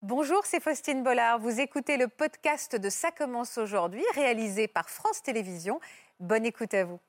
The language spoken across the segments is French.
Bonjour, c'est Faustine Bollard. Vous écoutez le podcast de Ça commence aujourd'hui, réalisé par France Télévisions. Bonne écoute à vous.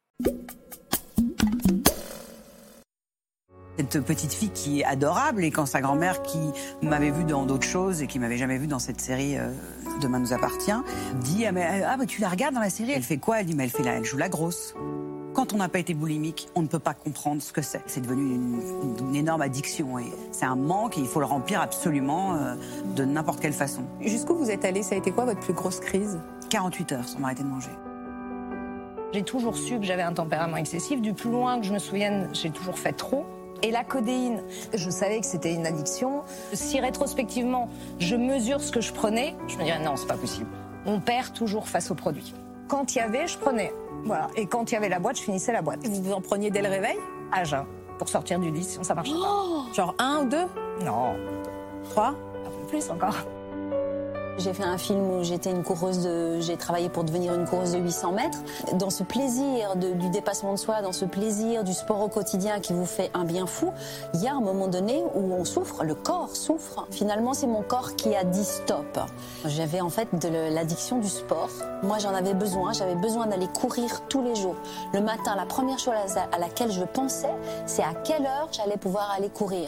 Cette petite fille qui est adorable, et quand sa grand-mère, qui m'avait vue dans d'autres choses et qui m'avait jamais vue dans cette série Demain nous appartient, dit mais tu la regardes dans la série, elle fait quoi? Elle dit mais elle joue la grosse. Quand on n'a pas été boulimique, on ne peut pas comprendre ce que c'est. C'est devenu une énorme addiction et c'est un manque et il faut le remplir absolument de n'importe quelle façon. Jusqu'où vous êtes allée? Ça a été quoi votre plus grosse crise? 48 heures sans m'arrêter de manger. J'ai toujours su que j'avais un tempérament excessif. Du plus loin que je me souvienne, j'ai toujours fait trop. Et la codéine, je savais que c'était une addiction. Si rétrospectivement, je mesure ce que je prenais, je me dirais non, c'est pas possible. On perd toujours face au produit. Quand il y avait, je prenais. Voilà. Et quand il y avait la boîte, je finissais la boîte. Et vous en preniez dès le réveil? À jeun, pour sortir du lit, sinon ça marche pas. Genre 1 ou 2? Non. 3? Un peu plus encore. J'ai fait un film où j'étais une coureuse j'ai travaillé pour devenir une coureuse de 800 mètres. Dans ce plaisir du dépassement de soi, dans ce plaisir du sport au quotidien qui vous fait un bien fou, il y a un moment donné où on souffre, le corps souffre. Finalement, c'est mon corps qui a dit stop. J'avais en fait l'addiction du sport. Moi, j'avais besoin d'aller courir tous les jours. Le matin, la première chose à laquelle je pensais, c'est à quelle heure j'allais pouvoir aller courir.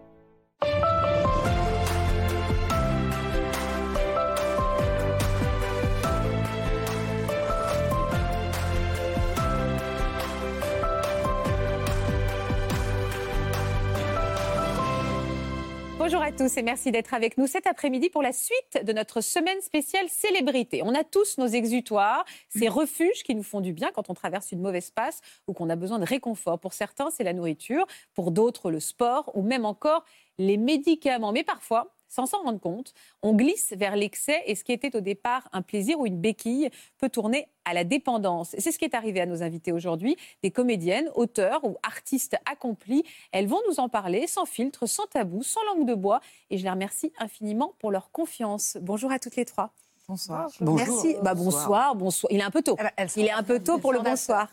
Bonjour à tous et merci d'être avec nous cet après-midi pour la suite de notre semaine spéciale célébrité. On a tous nos exutoires, ces refuges qui nous font du bien quand on traverse une mauvaise passe ou qu'on a besoin de réconfort. Pour certains, c'est la nourriture, pour d'autres, le sport ou même encore les médicaments. Mais parfois, sans s'en rendre compte, on glisse vers l'excès et ce qui était au départ un plaisir ou une béquille peut tourner à la dépendance. C'est ce qui est arrivé à nos invités aujourd'hui, des comédiennes, auteurs ou artistes accomplis. Elles vont nous en parler sans filtre, sans tabou, sans langue de bois et je les remercie infiniment pour leur confiance. Bonjour à toutes les trois. Bonsoir. Bonjour. Merci. Bonsoir. Il est un peu tôt. Il est un peu tôt pour le bonsoir.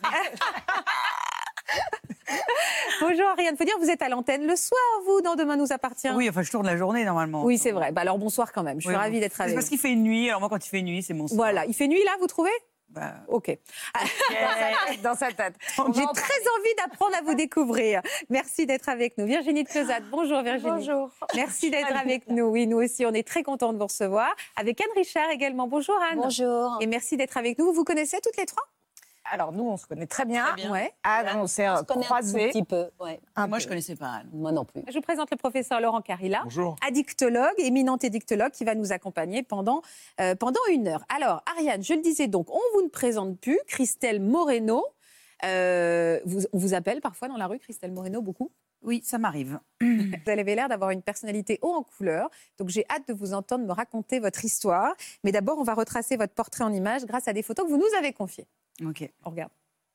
Bonjour Ariane, faut dire vous êtes à l'antenne le soir, vous, dans Demain nous appartient. Oui, enfin je tourne la journée normalement. Oui, c'est vrai. Alors bonsoir quand même, je suis ravie d'être avec vous. C'est parce qu'il fait une nuit, alors moi quand il fait une nuit, c'est mon soir. Voilà, il fait nuit là, vous trouvez? Ok. Dans sa tête. J'ai très envie d'apprendre à vous découvrir. Merci d'être avec nous. Virginie de Closade, bonjour Virginie. Bonjour. Merci d'être avec nous. Oui, nous aussi, on est très contents de vous recevoir. Avec Anne Richard également. Bonjour Anne. Bonjour. Et merci d'être avec nous. Vous vous connaissez toutes les trois? Alors nous, on se connaît très bien. Ouais. Anne, on s'est croisés. Un petit peu, ouais. Moi je connaissais pas Anne. Moi non plus. Je vous présente le professeur Laurent Carilla, Bonjour. addictologue, éminent addictologue, qui va nous accompagner pendant 1 heure. Alors, Ariane, je le disais donc, on vous ne présente plus Christelle Moreno. On vous appelle parfois dans la rue Christelle Moreno, beaucoup? Oui, ça m'arrive. Vous avez l'air d'avoir une personnalité haut en couleur, donc j'ai hâte de vous entendre me raconter votre histoire. Mais d'abord, on va retracer votre portrait en images grâce à des photos que vous nous avez confiées. Ok. On regarde.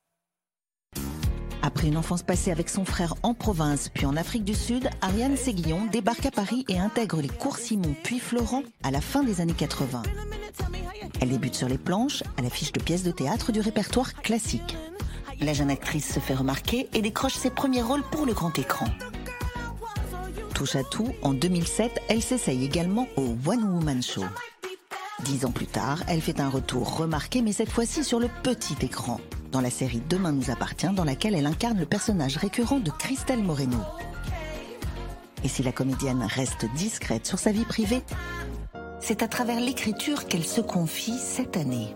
Après une enfance passée avec son frère en province, puis en Afrique du Sud, Ariane Séguillon débarque à Paris et intègre les cours Simon puis Florent à la fin des années 80. Elle débute sur les planches, à l'affiche de pièces de théâtre du répertoire classique. La jeune actrice se fait remarquer et décroche ses premiers rôles pour le grand écran. Touche à tout, en 2007, elle s'essaye également au One Woman Show. 10 ans plus tard, elle fait un retour remarqué, mais cette fois-ci sur le petit écran, dans la série Demain nous appartient, dans laquelle elle incarne le personnage récurrent de Christelle Moreno. Et si la comédienne reste discrète sur sa vie privée, c'est à travers l'écriture qu'elle se confie cette année.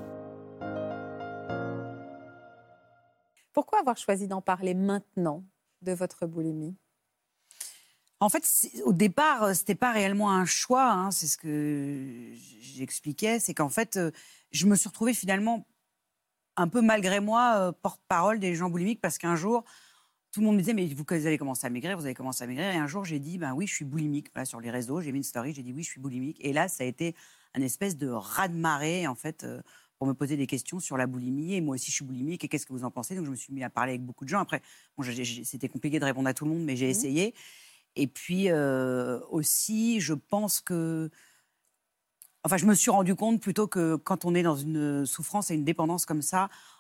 Pourquoi avoir choisi d'en parler maintenant de votre boulimie? En fait, au départ, c'était pas réellement un choix. Hein, c'est ce que j'expliquais. C'est qu'en fait, je me suis retrouvée finalement un peu malgré moi porte-parole des gens boulimiques parce qu'un jour, tout le monde me disait mais vous avez commencé à maigrir, vous avez commencé à maigrir. Et un jour, j'ai dit ben oui, je suis boulimique. Voilà, sur les réseaux, j'ai mis une story, j'ai dit oui, je suis boulimique. Et là, ça a été un espèce de raz-de-marée en fait. Pour me poser des questions sur la boulimie. Et moi aussi, je suis boulimique. Et qu'est-ce que vous en pensez? Donc, je me suis mis à parler avec beaucoup de gens. Après, bon, c'était compliqué de répondre à tout le monde, mais j'ai essayé. Et puis, aussi, je pense que... Enfin, je me suis rendu compte plutôt que quand on est dans une souffrance et une dépendance comme ça,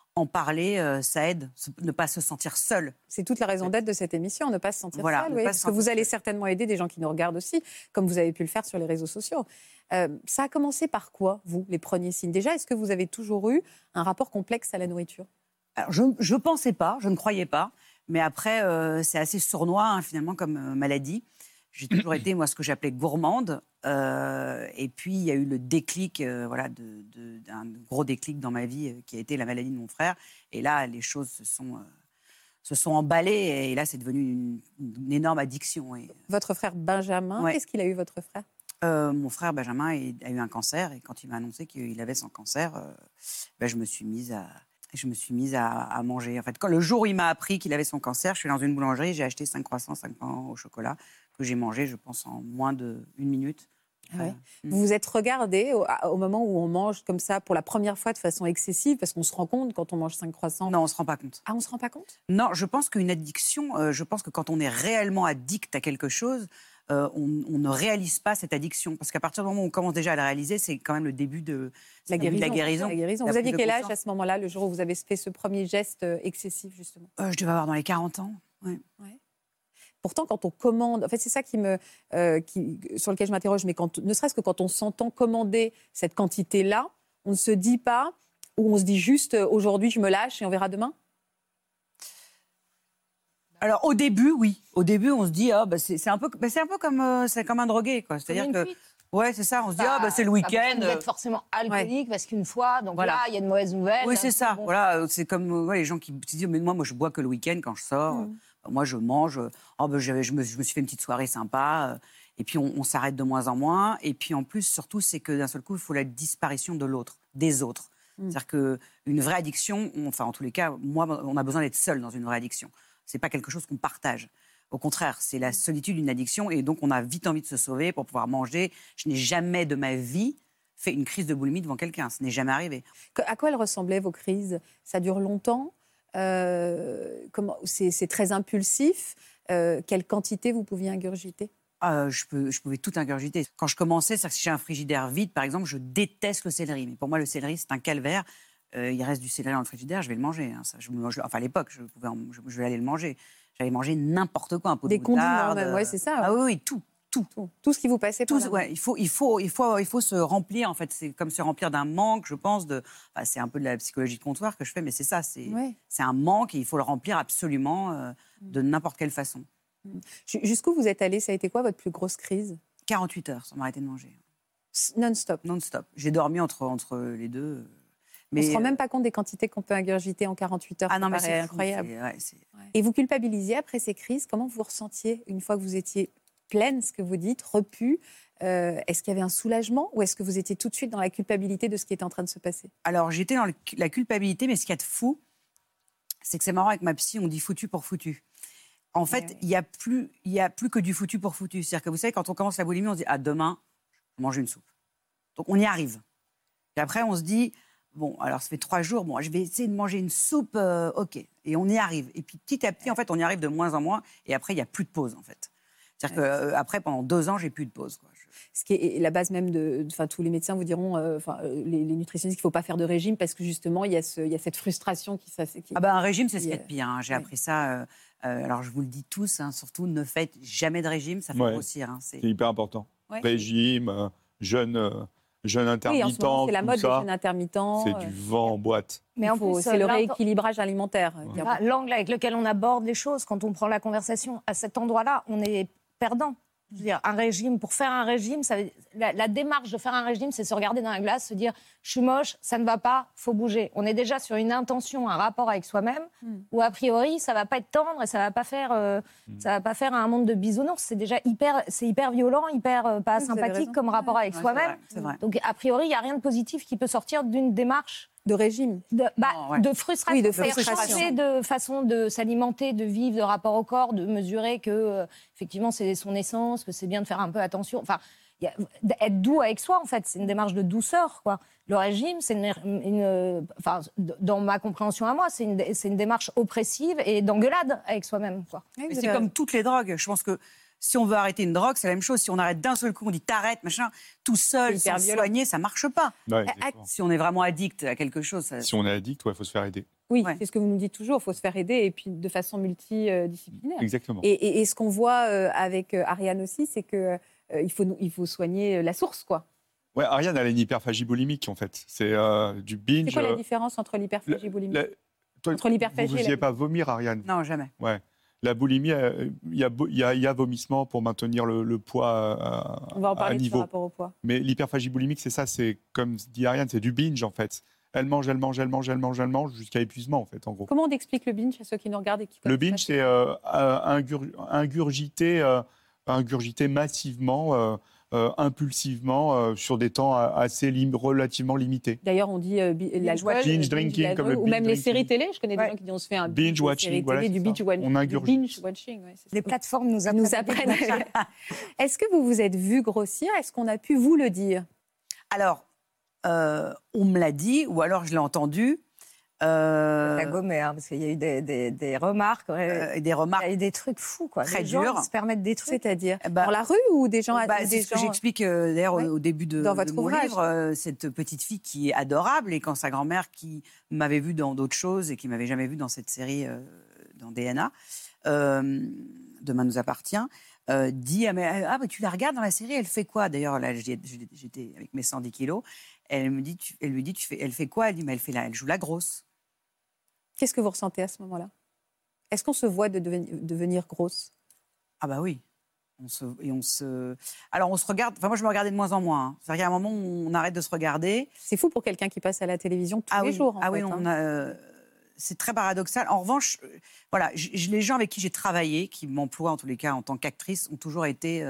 en parler, ça aide, ne pas se sentir seul. C'est toute la raison d'être de cette émission, ne pas se sentir Voilà, seul. ne Oui, pas parce se que vous sentir allez seul. certainement aider des gens qui nous regardent aussi, comme vous avez pu le faire sur les réseaux sociaux. Ça a commencé par quoi, vous, les premiers signes? Déjà, est-ce que vous avez toujours eu un rapport complexe à la nourriture? Alors, je ne pensais pas, je ne croyais pas, mais après, c'est assez sournois, hein, finalement, comme maladie. J'ai toujours été, moi, ce que j'appelais gourmande. Et puis, il y a eu le déclic, un gros déclic dans ma vie, qui a été la maladie de mon frère. Et là, les choses se sont emballées. Et là, c'est devenu une énorme addiction. Et, Votre frère Benjamin, Ouais. qu'est-ce qu'il a eu, votre frère? mon frère Benjamin a eu un cancer. Et quand il m'a annoncé qu'il avait son cancer, je me suis mise à manger. En fait, le jour où il m'a appris qu'il avait son cancer, je suis dans une boulangerie, j'ai acheté 5 croissants, 5 pains au chocolat, que j'ai mangé, je pense, en moins d'1 minute. Ah ouais. Vous vous êtes regardé au moment où on mange comme ça pour la première fois de façon excessive, parce qu'on se rend compte quand on mange 5 croissants. Non, on ne se rend pas compte. Ah, on se rend pas compte? Non, je pense qu'une addiction, je pense que quand on est réellement addict à quelque chose, on ne réalise pas cette addiction. Parce qu'à partir du moment où on commence déjà à la réaliser, c'est quand même le début de La guérison. La guérison. Vous aviez quel âge conscience. à ce moment-là, le jour où vous avez fait ce premier geste excessif, justement? Je devais avoir dans les 40 ans. Ouais. Pourtant, quand on commande, en fait, c'est ça sur lequel je m'interroge, mais ne serait-ce que quand on s'entend commander cette quantité-là, on ne se dit pas, ou on se dit juste aujourd'hui, je me lâche et on verra demain? Alors au début, oui. Au début, on se dit c'est un peu comme c'est comme un drogué, quoi. C'est-à-dire que ouais, c'est ça. On se dit c'est le week-end. Vous êtes forcément alcoolique parce qu'une fois, donc voilà, il y a une mauvaise nouvelle. Oui, c'est ça. Bon. Voilà, c'est comme les gens qui se disent mais moi je bois que le week-end quand je sors. Moi je mange. Je me suis fait une petite soirée sympa. Et puis on s'arrête de moins en moins. Et puis en plus, surtout, c'est que d'un seul coup, il faut la disparition de l'autre, des autres. C'est-à-dire qu'une vraie addiction, en tous les cas, on a besoin d'être seul dans une vraie addiction. C'est pas quelque chose qu'on partage. Au contraire, c'est la solitude d'une addiction et donc on a vite envie de se sauver pour pouvoir manger. Je n'ai jamais de ma vie fait une crise de boulimie devant quelqu'un. Ce n'est jamais arrivé. À quoi elles ressemblaient, vos crises? Ça dure longtemps? C'est très impulsif? Quelle quantité vous pouviez ingurgiter? Je pouvais tout ingurgiter. Quand je commençais, c'est-à-dire que si j'ai un frigidaire vide, par exemple, je déteste le céleri. Mais pour moi, le céleri, c'est un calvaire. Il reste du céleri dans le frigidaire, je vais le manger. Hein. À l'époque, je vais aller le manger. J'allais manger n'importe quoi, un pot de moutarde. Des condiments, ouais, c'est ça. Ah oui, tout. Tout ce qui vous passait par la main. Ouais, il faut se remplir, en fait. C'est comme se remplir d'un manque, je pense. C'est un peu de la psychologie de comptoir que je fais, mais c'est ça. C'est un manque et il faut le remplir absolument de n'importe quelle façon. Jusqu'où vous êtes allé? Ça a été quoi votre plus grosse crise? 48 heures sans m'arrêter de manger. Non-stop? Non-stop. J'ai dormi entre les deux. Mais on ne se rend même pas compte des quantités qu'on peut ingurgiter en 48 heures. Ah non, mais c'est incroyable. C'est... Et vous culpabilisiez après ces crises? Comment vous ressentiez une fois que vous étiez pleine, ce que vous dites, repue? Est-ce qu'il y avait un soulagement ou est-ce que vous étiez tout de suite dans la culpabilité de ce qui était en train de se passer? Alors, j'étais dans la culpabilité, mais ce qu'il y a de fou, c'est que c'est marrant, avec ma psy, on dit foutu pour foutu. En fait, il y a plus que du foutu pour foutu. C'est-à-dire que vous savez, quand on commence la boulimie, on se dit demain, je mange une soupe. Donc on y arrive. Et après, on se dit bon, alors ça fait 3 jours, je vais essayer de manger une soupe, ok. Et on y arrive. Et puis petit à petit, en fait, on y arrive de moins en moins. Et après, il n'y a plus de pause, en fait. C'est-à-dire qu'après, pendant 2 ans, j'ai plus de pause, quoi. Ce qui est la base même tous les médecins vous diront, les nutritionnistes, qu'il ne faut pas faire de régime parce que justement, il y a cette frustration qui... un régime, c'est ce qu'il y a de pire. Hein. J'ai appris ça. Alors, je vous le dis tous, hein, surtout, ne faites jamais de régime, ça fait grossir. Hein, c'est hyper important. Ouais. Régime, jeûne intermittent, oui, en ce moment, c'est la mode des jeûnes intermittents. C'est du vent en boîte. Mais en plus, c'est le rééquilibrage alimentaire. L'angle avec lequel on aborde les choses, quand on prend la conversation, à cet endroit-là, on est perdant. Je veux dire, un régime, pour faire un régime, la démarche de faire un régime, c'est se regarder dans la glace, se dire « je suis moche, ça ne va pas, faut bouger ». On est déjà sur une intention, un rapport avec soi-même, où a priori, ça ne va pas être tendre et ça ne va pas faire un monde de bisounours. C'est déjà hyper violent, pas sympathique comme rapport avec soi-même. C'est vrai. Donc a priori, il n'y a rien de positif qui peut sortir d'une démarche de régime, de frustration, oui, de frustration, changer de façon de s'alimenter, de vivre, de rapport au corps, de mesurer que effectivement c'est son essence, que c'est bien de faire un peu attention. Enfin, être doux avec soi, en fait, c'est une démarche de douceur, quoi. Le régime, c'est dans ma compréhension à moi, c'est une démarche oppressive et d'engueulade avec soi-même, quoi. Mais c'est comme toutes les drogues. Je pense que si on veut arrêter une drogue, c'est la même chose. Si on arrête d'un seul coup, on dit t'arrêtes, machin, tout seul, sans soigner, ça marche pas. Ouais, Si on est vraiment addict à quelque chose... Si on est addict, il faut se faire aider. Oui, Ouais. c'est ce que vous nous dites toujours, il faut se faire aider et puis de façon multidisciplinaire. Exactement. Et ce qu'on voit avec Ariane aussi, c'est qu'il faut soigner la source, quoi. Ouais, Ariane, elle a une hyperphagie boulimique, en fait. C'est du binge. C'est quoi la différence entre l'hyperphagie boulimique Toi, Entre l'hyperphagie vous ne et faisiez la- pas vomir, Ariane? Non, jamais. Ouais. La boulimie, il y a vomissement pour maintenir le poids On va en à parler de ce niveau. rapport au poids. Mais l'hyperphagie boulimique, c'est ça, c'est comme dit Ariane, c'est du binge, en fait. Elle mange jusqu'à épuisement, en fait, en gros. Comment on explique le binge à ceux qui nous regardent et qui Le connaissent binge, c'est ingurgiter massivement, impulsivement, sur des temps relativement limités. pas. D'ailleurs, on dit l'alcool, binge drinking, comme le ou binge même les drinking. séries télé. Je connais des Ouais. gens qui disent on se fait un Binge des watching, séries voilà, télé, du c'est binge ça. watching. On ingurgite. Binge watching, ouais, c'est ça. Les plateformes nous Nous apprennent. apprennent. Est-ce que vous vous êtes vu grossir? Est-ce qu'on a pu vous le dire? Alors, on me l'a dit, ou alors je l'ai entendu. T'as gommé, hein, parce qu'il y a eu des remarques. Et des Il y remarques. a eu des trucs fous, quoi. Très Les gens, durs. ils se permettent des trucs. C'est-à-dire Bah, dans la rue ou des gens Bah, ou c'est des ce que gens- j'explique d'ailleurs Ouais. au début Dans votre de mon ouvrage. livre. Cette petite fille qui est adorable et quand sa grand-mère, qui m'avait vue dans d'autres choses et qui m'avait jamais vue dans cette série, dans DNA, Demain nous appartient, dit ah, mais tu la regardes dans la série, elle fait quoi? D'ailleurs, là, j'étais avec mes 110 kilos. Elle lui dit, elle fait quoi? Elle dit, mais elle joue la grosse. Qu'est-ce que vous ressentez à ce moment-là? Est-ce qu'on se voit devenir grosse? Ah bah oui. Alors on se regarde. Enfin moi je me regardais de moins en moins. Hein. C'est-à-dire qu'à un moment on arrête de se regarder. C'est fou pour quelqu'un qui passe à la télévision tous les oui. jours. En fait, oui, hein. C'est très paradoxal. En revanche, voilà, les gens avec qui j'ai travaillé, qui m'emploient en tous les cas en tant qu'actrice, ont toujours été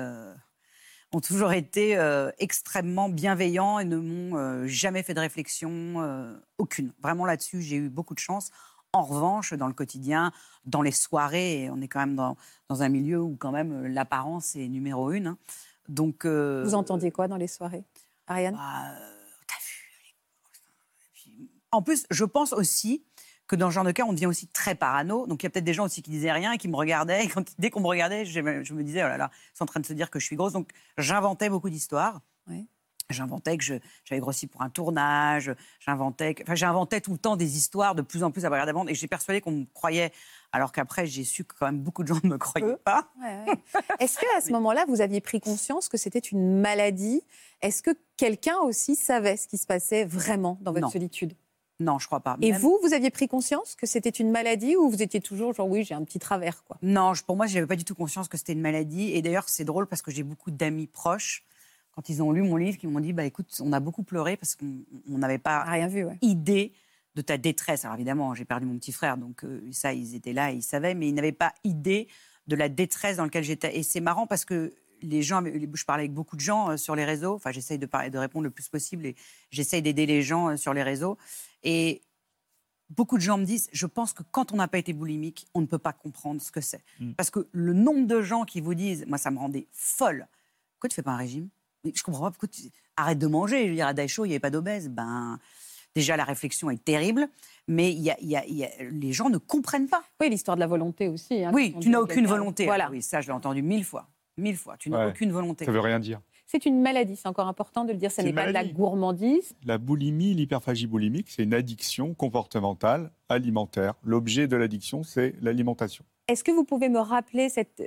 extrêmement bienveillants et ne m'ont jamais fait de réflexion aucune. Vraiment là-dessus, j'ai eu beaucoup de chance. En revanche, dans le quotidien, dans les soirées, et on est quand même dans un milieu où quand même l'apparence est numéro une. Hein. Donc, Vous entendiez quoi dans les soirées, Ariane? T'as vu. Puis, en plus, je pense aussi que dans ce genre de cas, on devient aussi très parano. Donc, il y a peut-être des gens aussi qui disaient rien et qui me regardaient. Et dès qu'on me regardait, je me disais, oh là là, ils sont en train de se dire que je suis grosse. Donc, j'inventais beaucoup d'histoires. Oui. J'inventais que j'avais grossi pour un tournage. J'inventais tout le temps des histoires de plus en plus à travers la bande. Et j'ai persuadé qu'on me croyait, alors qu'après, j'ai su que quand même beaucoup de gens ne me croyaient pas. Ouais. Est-ce qu'à ce moment-là, vous aviez pris conscience que c'était une maladie? Est-ce que quelqu'un aussi savait ce qui se passait vraiment dans votre Non. solitude? Non, je crois pas. Et Même- vous aviez pris conscience que c'était une maladie ou vous étiez toujours genre oui, j'ai un petit travers, quoi? Non, pour moi, je n'avais pas du tout conscience que c'était une maladie. Et d'ailleurs, c'est drôle parce que j'ai beaucoup d'amis proches, quand ils ont lu mon livre, qui m'ont dit, bah, écoute, on a beaucoup pleuré parce qu'on n'avait pas Rien vu, ouais. idée de ta détresse. Alors évidemment, j'ai perdu mon petit frère, donc ça, ils étaient là et ils savaient, mais ils n'avaient pas idée de la détresse dans laquelle j'étais. Et c'est marrant parce que les gens, je parlais avec beaucoup de gens sur les réseaux, enfin j'essaye de répondre le plus possible et j'essaye d'aider les gens sur les réseaux. Et beaucoup de gens me disent, je pense que quand on n'a pas été boulimique, on ne peut pas comprendre ce que c'est. Parce que le nombre de gens qui vous disent, moi ça me rendait folle, pourquoi tu fais pas un régime? Mais je comprends pas, pourquoi tu arrête de manger? Je veux dire, à Daecho, il n'y avait pas d'obèse. Ben, déjà, la réflexion est terrible, mais les gens ne comprennent pas. Oui, l'histoire de la volonté aussi. Hein, Oui, quand on tu dit n'as à aucune quelqu'un, volonté. Voilà. Ah oui, ça, je l'ai entendu 1000 fois. 1000 fois. Tu n'as Ouais. aucune volonté. Ça veut rien dire. C'est une maladie, c'est encore important de le dire. Ce C'est n'est une pas de la maladie. gourmandise. La boulimie, l'hyperphagie boulimique, c'est une addiction comportementale, alimentaire. L'objet de l'addiction, c'est l'alimentation. Est-ce que vous pouvez me rappeler cette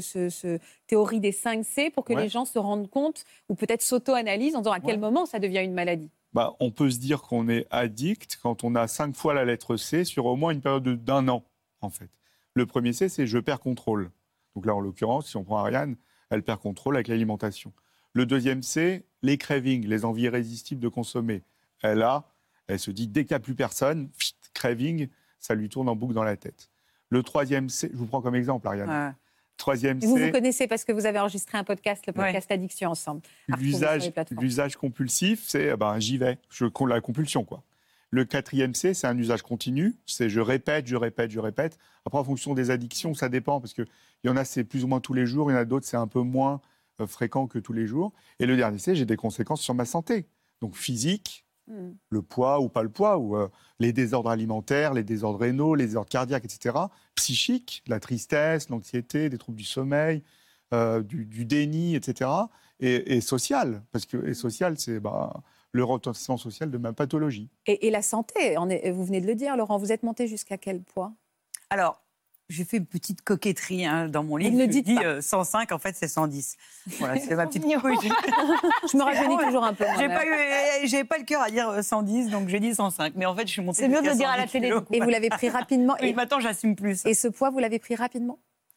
théorie des 5 C pour que Ouais. les gens se rendent compte ou peut-être s'auto-analysent en disant à quel moment ça devient une maladie? Bah, on peut se dire qu'on est addict quand on a 5 fois la lettre C sur au moins une période d'un an, en fait. Le premier C, c'est je perds contrôle. Donc là, en l'occurrence, si on prend Ariane, elle perd contrôle avec l'alimentation. Le deuxième C, les cravings, les envies irrésistibles de consommer. Elle se dit, dès qu'il n'y a plus personne, craving, ça lui tourne en boucle dans la tête. Le troisième C, je vous prends comme exemple, Ariane. Ouais. Troisième Et vous C, connaissez parce que vous avez enregistré un podcast, le podcast Addiction ensemble. À retrouver sur les plateformes. l'usage compulsif, c'est j'y vais, la compulsion, quoi. Le quatrième C, c'est un usage continu, c'est je répète. Après, en fonction des addictions, ça dépend, parce qu'il y en a, c'est plus ou moins tous les jours, il y en a d'autres, c'est un peu moins fréquent que tous les jours. Et le dernier C, j'ai des conséquences sur ma santé. Donc physique, le poids ou pas le poids, ou les désordres alimentaires, les désordres rénaux, les désordres cardiaques, etc. Psychique, la tristesse, l'anxiété, des troubles du sommeil, du déni, etc. Et social, parce que social, c'est le retentissement social de ma pathologie. Et la santé, vous venez de le dire, Laurent, vous êtes monté jusqu'à quel poids? Alors, j'ai fait une petite coquetterie dans mon livre. Ne le Je dites dis pas. 105, en fait, c'est 110. Voilà, c'est ma petite couille. Je me rajeunis toujours un peu. J'ai pas le cœur à dire 110, donc j'ai dit 105. Mais en fait, je suis montée. C'est mieux de jusqu'à le dire à la 110 télé. kilos. Et vous l'avez pris rapidement. Oui, maintenant, j'assume plus. Et ce poids, vous l'avez pris rapidement?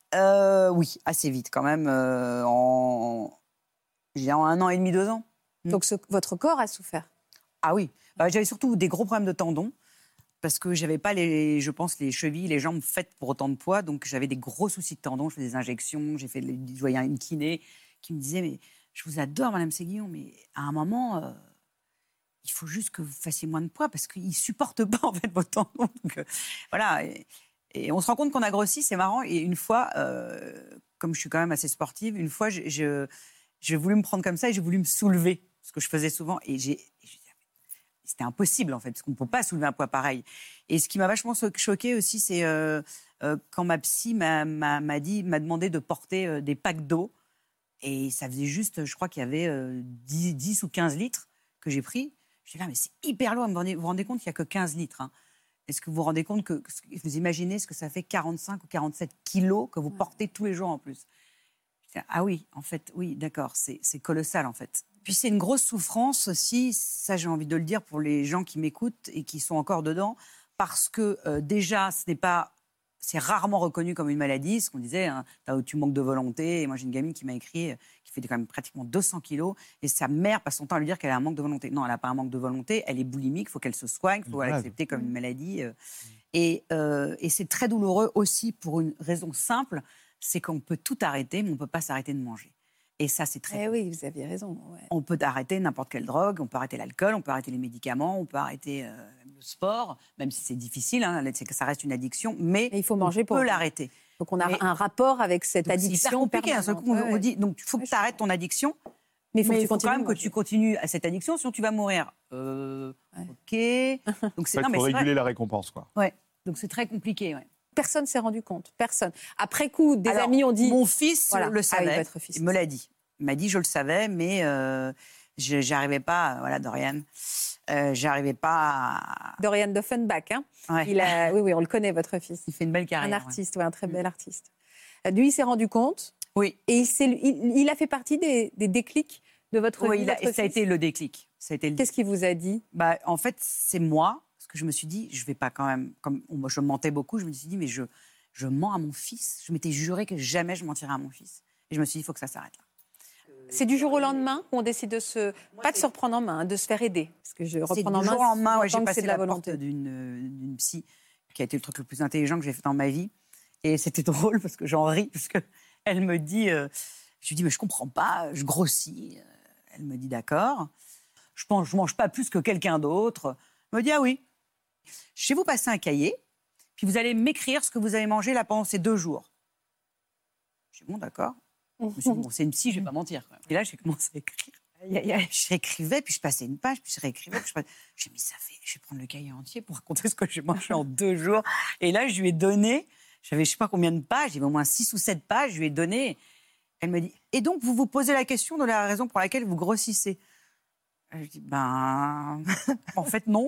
Oui, assez vite quand même. En 1 an et demi, 2 ans. Donc votre corps a souffert. Ah oui. J'avais surtout des gros problèmes de tendons. Parce que j'avais pas, je pense, les chevilles, les jambes faites pour autant de poids. Donc, j'avais des gros soucis de tendons. Je faisais des injections. Je voyais une kiné qui me disait « Mais je vous adore, Madame Séguillon, mais à un moment, il faut juste que vous fassiez moins de poids parce qu'ils ne supportent pas, en fait, vos tendons. » Donc, voilà. Et on se rend compte qu'on a grossi, c'est marrant. Et une fois, comme je suis quand même assez sportive, une fois, j'ai voulu me prendre comme ça et j'ai voulu me soulever. Ce que je faisais souvent. Et c'était impossible, en fait, parce qu'on ne peut pas soulever un poids pareil. Et ce qui m'a vachement choquée aussi, c'est quand ma psy m'a demandé de porter des packs d'eau. Et ça faisait juste, je crois qu'il y avait 10 ou 15 litres que j'ai pris. Je dis là, mais c'est hyper lourd. Vous vous rendez compte qu'il n'y a que 15 litres. Hein. Est-ce que vous vous rendez compte vous imaginez ce que ça fait 45 ou 47 kilos que vous portez tous les jours en plus? Je dis, ah oui, en fait, oui, d'accord, c'est colossal, en fait. Puis c'est une grosse souffrance aussi, ça j'ai envie de le dire pour les gens qui m'écoutent et qui sont encore dedans, parce que déjà, c'est rarement reconnu comme une maladie, ce qu'on disait, hein, tu manques de volonté. Et moi j'ai une gamine qui m'a écrit, qui fait quand même pratiquement 200 kilos, et sa mère passe son temps à lui dire qu'elle a un manque de volonté. Non, elle n'a pas un manque de volonté, elle est boulimique, il faut qu'elle se soigne, il faut l'accepter comme une maladie. Et c'est très douloureux aussi pour une raison simple, c'est qu'on peut tout arrêter, mais on ne peut pas s'arrêter de manger. Et ça, c'est très... oui, vous aviez raison. Ouais. On peut arrêter n'importe quelle drogue, on peut arrêter l'alcool, on peut arrêter les médicaments, on peut arrêter le sport, même si c'est difficile, hein, c'est que ça reste une addiction, mais il faut manger on peut l'arrêter. Donc on a un rapport avec cette addiction. C'est hyper compliqué, hein, on dit, donc il faut que tu arrêtes ton addiction, mais il faut quand même que tu continues à cette addiction, sinon tu vas mourir. Ok. Donc il faut réguler la récompense, quoi. Ouais. Donc c'est très compliqué, ouais. Personne ne s'est rendu compte, personne. Après coup, des amis ont dit... Mon fils le savait, oui, votre fils. Il me l'a dit. Il m'a dit, je le savais, mais j'arrivais pas, voilà, Dorian, j'arrivais pas à... Dorian Doffenbach, hein. Ouais. Oui, on le connaît, votre fils. Il fait une belle carrière. Un artiste, un très bel artiste. Lui, il s'est rendu compte. Oui. Et il a fait partie des déclics de votre vie, votre ça a été le déclic. Qu'est-ce qu'il vous a dit? En fait, c'est moi, parce que je me suis dit, je vais pas quand même... Comme moi, je mentais beaucoup, je me suis dit, mais je mens à mon fils. Je m'étais juré que jamais je mentirais à mon fils. Et je me suis dit, il faut que ça s'arrête là. C'est du jour au lendemain où on décide de pas de se reprendre en main, de se faire aider. Parce que reprendre en main, du jour au lendemain, j'ai passé la volonté porte d'une psy qui a été le truc le plus intelligent que j'ai fait dans ma vie. Et c'était drôle parce que j'en ris, parce qu'elle me dit, je lui dis, mais je comprends pas, je grossis. Elle me dit, d'accord. Je mange pas plus que quelqu'un d'autre. Elle me dit, ah oui. Je vais vous passer un cahier, puis vous allez m'écrire ce que vous avez mangé là pendant ces 2 jours. Je dis, bon, d'accord. Je me suis dit, bon, c'est une psy, je ne vais pas mentir. Quand même. Et là, j'ai commencé à écrire. Je réécrivais, puis je passais une page, puis je réécrivais. J'ai mis ça fait. Je vais prendre le cahier entier pour raconter ce que j'ai mangé en 2 jours. Et là, je lui ai donné, j'avais je ne sais pas combien de pages, il y avait au moins 6 ou 7 pages, je lui ai donné. Elle me dit, et donc, vous vous posez la question de la raison pour laquelle vous grossissez? Je dis, en fait, non.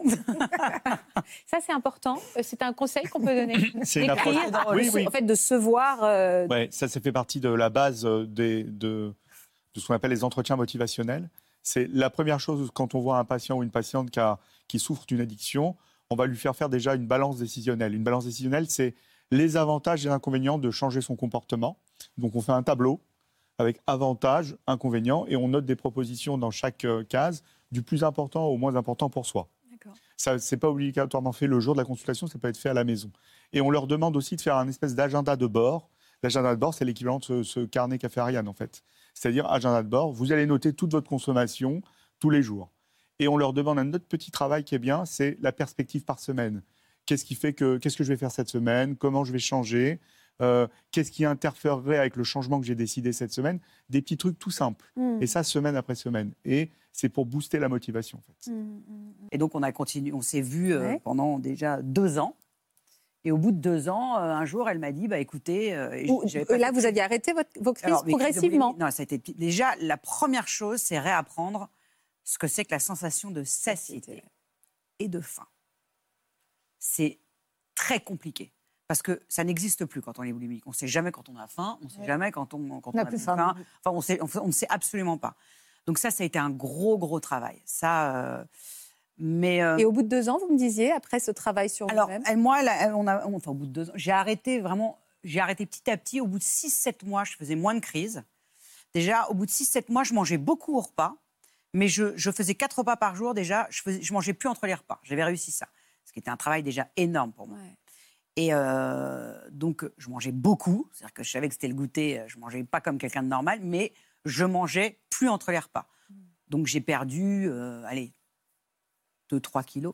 Ça, c'est important. C'est un conseil qu'on peut donner. C'est une approche. Oui. En fait, de se voir. Ouais, ça fait partie de la base de ce qu'on appelle les entretiens motivationnels. C'est la première chose quand on voit un patient ou une patiente qui souffre d'une addiction, on va lui faire déjà une balance décisionnelle. Une balance décisionnelle, c'est les avantages et inconvénients de changer son comportement. Donc, on fait un tableau avec avantages, inconvénients, et on note des propositions dans chaque case, du plus important au moins important pour soi. Ça, c'est pas obligatoirement fait le jour de la consultation, ça peut être fait à la maison. Et on leur demande aussi de faire un espèce d'agenda de bord. L'agenda de bord, c'est l'équivalent de ce carnet qu'a fait Ariane, en fait. C'est-à-dire, agenda de bord, vous allez noter toute votre consommation tous les jours. Et on leur demande un autre petit travail qui est bien, c'est la perspective par semaine. Qu'est-ce que je vais faire cette semaine? Comment je vais changer? Qu'est-ce qui interférerait avec le changement que j'ai décidé cette semaine? Des petits trucs tout simples. Et ça, semaine après semaine. Et c'est pour booster la motivation, en fait. Et donc, on a continué, on s'est vus pendant déjà 2 ans. Et au bout de 2 ans, un jour, elle m'a dit, écoutez... là, vous aviez arrêté vos crises progressivement. Non, ça a été... Déjà, la première chose, c'est réapprendre ce que c'est que la sensation de satiété et de faim. C'est très compliqué. Parce que ça n'existe plus quand on est boulimique. On ne sait jamais quand on a faim, on ne sait jamais quand on a plus faim. Enfin, on ne sait absolument pas. Donc ça a été un gros travail. Et au bout de 2 ans, vous me disiez, après ce travail sur vous-même? Alors, au bout de 2 ans, j'ai arrêté petit à petit. Au bout de 6-7 mois, je faisais moins de crises. Déjà, au bout de 6-7 mois, je mangeais beaucoup au repas, mais je faisais 4 repas par jour déjà. Je mangeais plus entre les repas. J'avais réussi ça, ce qui était un travail déjà énorme pour moi. Ouais. Et donc, je mangeais beaucoup. C'est-à-dire que je savais que c'était le goûter. Je ne mangeais pas comme quelqu'un de normal, mais je mangeais plus entre les repas. Donc, j'ai perdu, 2-3 kilos.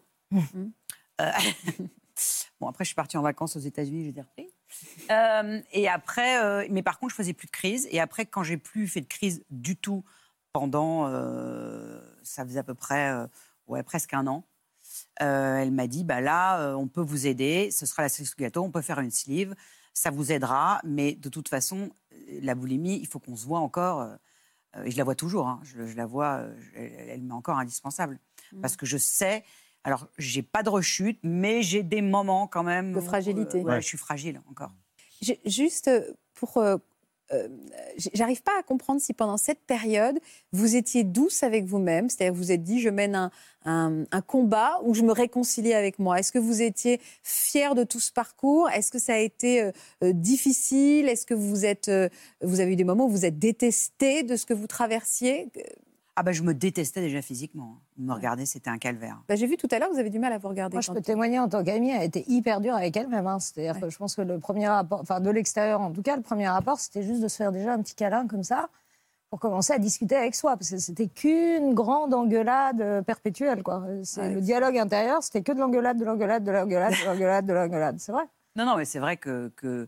Bon, après, je suis partie en vacances aux États-Unis, j'ai repris. Et après, mais par contre, je faisais plus de crise. Et après, quand j'ai plus fait de crise du tout pendant, ça faisait à peu près, presque 1 an, elle m'a dit, là, on peut vous aider. Ce sera la cerise sous gâteau. On peut faire une sleeve. Ça vous aidera. Mais de toute façon, la boulimie, il faut qu'on se voit encore. Et je la vois toujours. Hein, je la vois. Elle m'est encore indispensable. Parce que je sais. Alors, j'ai pas de rechute, mais j'ai des moments quand même. De fragilité. Je suis fragile encore. Juste pour. J'arrive pas à comprendre si pendant cette période, vous étiez douce avec vous-même, c'est-à-dire que vous êtes dit, je mène un combat où je me réconcilie avec moi. Est-ce que vous étiez fière de tout ce parcours? Est-ce que ça a été difficile? Est-ce que vous avez eu des moments où vous êtes détestée de ce que vous traversiez? Je me détestais déjà physiquement. Me regarder, c'était un calvaire. J'ai vu tout à l'heure, vous avez du mal à vous regarder. Moi, je peux témoigner en tant qu'amie, elle était hyper dure avec elle-même. Hein. C'est-à-dire que je pense que le premier rapport, enfin de l'extérieur en tout cas, le premier rapport, c'était juste de se faire déjà un petit câlin comme ça pour commencer à discuter avec soi. Parce que c'était qu'une grande engueulade perpétuelle, quoi. Le dialogue intérieur, c'était que de l'engueulade, de l'engueulade, de l'engueulade, de l'engueulade, de l'engueulade. C'est vrai. Non, mais c'est vrai que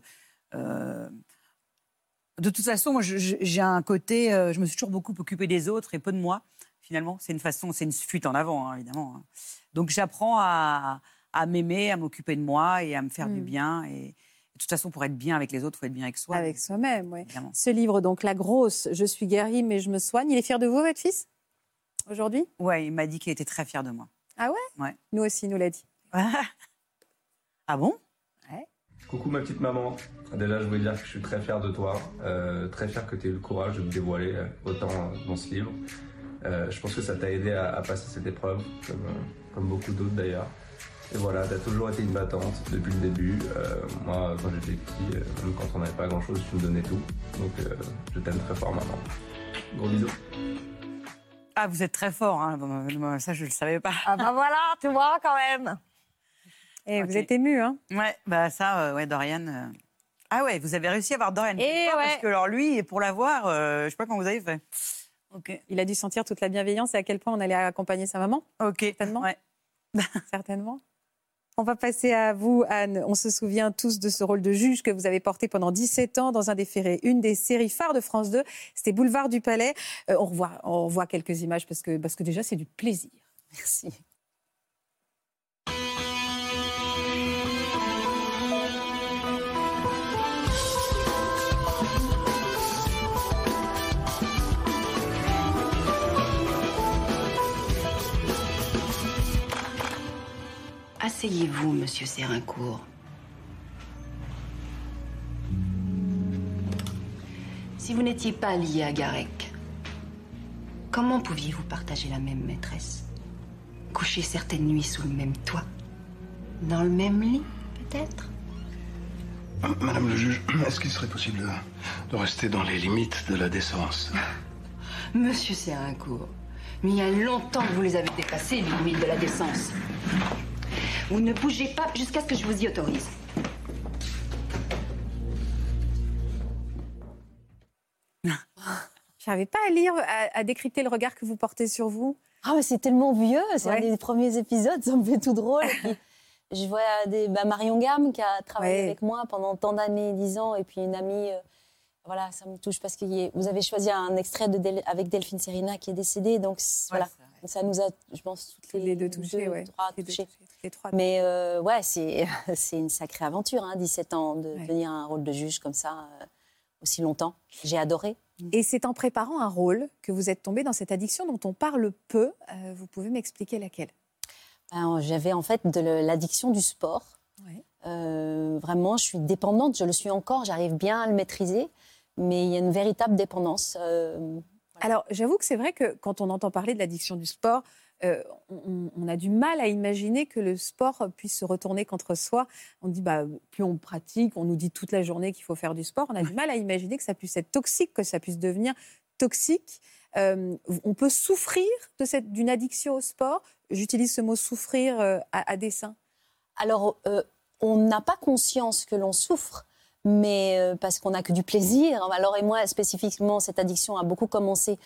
de toute façon, moi, j'ai un côté... je me suis toujours beaucoup occupée des autres et peu de moi, finalement. C'est une fuite en avant, hein, évidemment. Donc, j'apprends à m'aimer, à m'occuper de moi et à me faire du bien. Et de toute façon, pour être bien avec les autres, il faut être bien avec soi. Avec soi-même, oui. Ce livre, donc, La Grosse, je suis guérie, mais je me soigne. Il est fier de vous, votre fils, aujourd'hui? Oui, il m'a dit qu'il était très fier de moi. Ah ouais? Ouais. Nous aussi, il nous l'a dit. Ah bon? Ouais. Coucou ma petite maman, déjà je voulais dire que je suis très fier de toi, très fier que tu aies eu le courage de me dévoiler autant dans ce livre. Je pense que ça t'a aidé à passer cette épreuve, comme beaucoup d'autres d'ailleurs. Et voilà, tu as toujours été une battante depuis le début. Moi, quand j'étais petit, même quand on n'avait pas grand-chose, tu me donnais tout. Donc je t'aime très fort maman. Gros bisous. Ah, vous êtes très fort, hein. Ça je ne le savais pas. Ah voilà, tu vois quand même. Et vous êtes ému, hein? Ouais, Dorian. Ah ouais, vous avez réussi à avoir Dorian. Et parce que alors lui, pour l'avoir, je sais pas comment vous avez fait. Ok. Il a dû sentir toute la bienveillance et à quel point on allait accompagner sa maman. Ok. Certainement. Ouais. Certainement. On va passer à vous, Anne. On se souvient tous de ce rôle de juge que vous avez porté pendant 17 ans dans une des séries phares de France 2. C'était Boulevard du Palais. On revoit quelques images parce que déjà, c'est du plaisir. Merci. Asseyez-vous, monsieur Sérincourt. Si vous n'étiez pas lié à Garec, comment pouviez-vous partager la même maîtresse? Coucher certaines nuits sous le même toit? Dans le même lit, peut-être? Madame le juge, est-ce qu'il serait possible de rester dans les limites de la décence? Monsieur Sérincourt, mais il y a longtemps que vous les avez dépassées, les limites de la décence. Vous ne bougez pas jusqu'à ce que je vous y autorise. J'arrivais pas à lire, à décrypter le regard que vous portez sur vous. Ah, mais c'est tellement vieux, c'est un des premiers épisodes, ça me fait tout drôle. Et puis, je vois Marion Gamme qui a travaillé avec moi pendant tant d'années, 10 ans, et puis une amie. Voilà, ça me touche parce que vous avez choisi un extrait avec Delphine Sérina qui est décédée, donc voilà. Ça nous a, je pense, toutes les deux touchés. Les trois. Mais c'est une sacrée aventure, hein, 17 ans, de tenir un rôle de juge comme ça aussi longtemps. J'ai adoré. Et c'est en préparant un rôle que vous êtes tombée dans cette addiction dont on parle peu. Vous pouvez m'expliquer laquelle? J'avais en fait de l'addiction du sport. Ouais. Vraiment, je suis dépendante, je le suis encore, j'arrive bien à le maîtriser, mais il y a une véritable dépendance. Alors, j'avoue que c'est vrai que quand on entend parler de l'addiction du sport, on a du mal à imaginer que le sport puisse se retourner contre soi. On dit, plus on pratique, on nous dit toute la journée qu'il faut faire du sport. On a du mal à imaginer que ça puisse être toxique, que ça puisse devenir toxique. On peut souffrir d'une addiction au sport. J'utilise ce mot souffrir à dessein. Alors, on n'a pas conscience que l'on souffre, mais parce qu'on n'a que du plaisir. Alors, et moi, spécifiquement, cette addiction a beaucoup commencé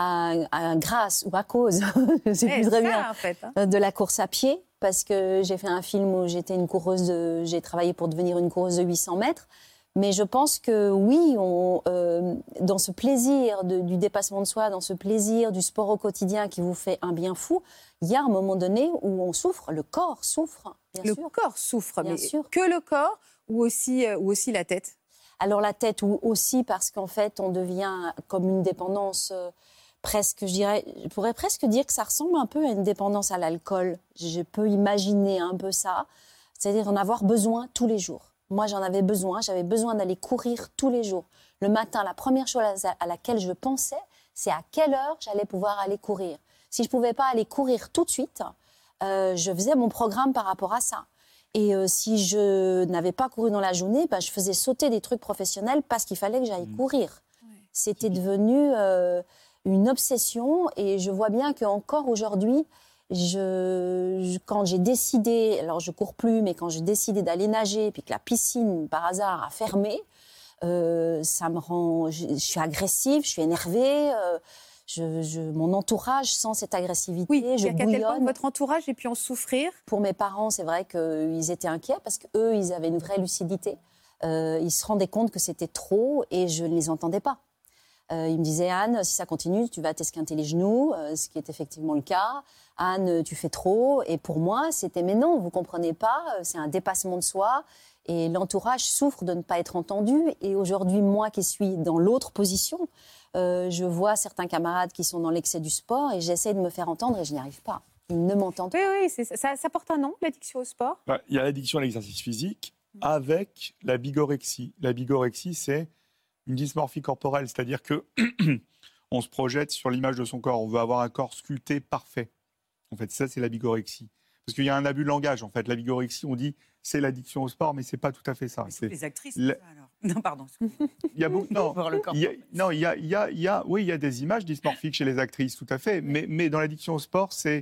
grâce ou à cause, je sais plus très bien, en fait, hein. De la course à pied, parce que j'ai fait un film où j'étais j'ai travaillé pour devenir une coureuse de 800 mètres. Mais je pense que oui, dans ce plaisir du dépassement de soi, dans ce plaisir du sport au quotidien qui vous fait un bien fou, il y a un moment donné où on souffre, le corps souffre, bien sûr. Le corps souffre, bien mais sûr. Que le corps ou aussi la tête? Alors la tête aussi parce qu'en fait, on devient comme une dépendance presque, je pourrais presque dire que ça ressemble un peu à une dépendance à l'alcool. Je peux imaginer un peu ça, c'est-à-dire en avoir besoin tous les jours. Moi, j'avais besoin d'aller courir tous les jours. Le matin, la première chose à laquelle je pensais, c'est à quelle heure j'allais pouvoir aller courir. Si je ne pouvais pas aller courir tout de suite, je faisais mon programme par rapport à ça. Et si je n'avais pas couru dans la journée, je faisais sauter des trucs professionnels parce qu'il fallait que j'aille courir. Ouais. C'était devenu une obsession et je vois bien qu'encore aujourd'hui, quand j'ai décidé, alors je cours plus, mais quand j'ai décidé d'aller nager, puis que la piscine, par hasard, a fermé, ça me rend... Je suis agressive, je suis énervée, mon entourage sent cette agressivité, je bouillonne. Quel point votre entourage ait pu en souffrir? Pour mes parents, c'est vrai qu'ils étaient inquiets parce qu'eux, ils avaient une vraie lucidité. Ils se rendaient compte que c'était trop et je ne les entendais pas. Ils me disaient, Anne, si ça continue, tu vas t'esquinter les genoux, ce qui est effectivement le cas. Anne, tu fais trop. Et pour moi, c'était, mais non, vous comprenez pas, c'est un dépassement de soi. Et l'entourage souffre de ne pas être entendu. Et aujourd'hui, moi qui suis dans l'autre position, je vois certains camarades qui sont dans l'excès du sport et j'essaie de me faire entendre et je n'y arrive pas. Ils ne m'entendent pas. Oui, ça porte un nom, l'addiction au sport? Il y a l'addiction à l'exercice physique avec la bigorexie. La bigorexie, c'est une dysmorphie corporelle, c'est-à-dire que on se projette sur l'image de son corps. On veut avoir un corps sculpté parfait. En fait, ça, c'est la bigorexie. Parce qu'il y a un abus de langage, en fait. La bigorexie, on dit, c'est l'addiction au sport, mais c'est pas tout à fait ça. Mais c'est les actrices, ça, alors. Non, pardon. Il y a beaucoup... Oui, il y a des images dysmorphiques chez les actrices, tout à fait. Mais dans l'addiction au sport, c'est...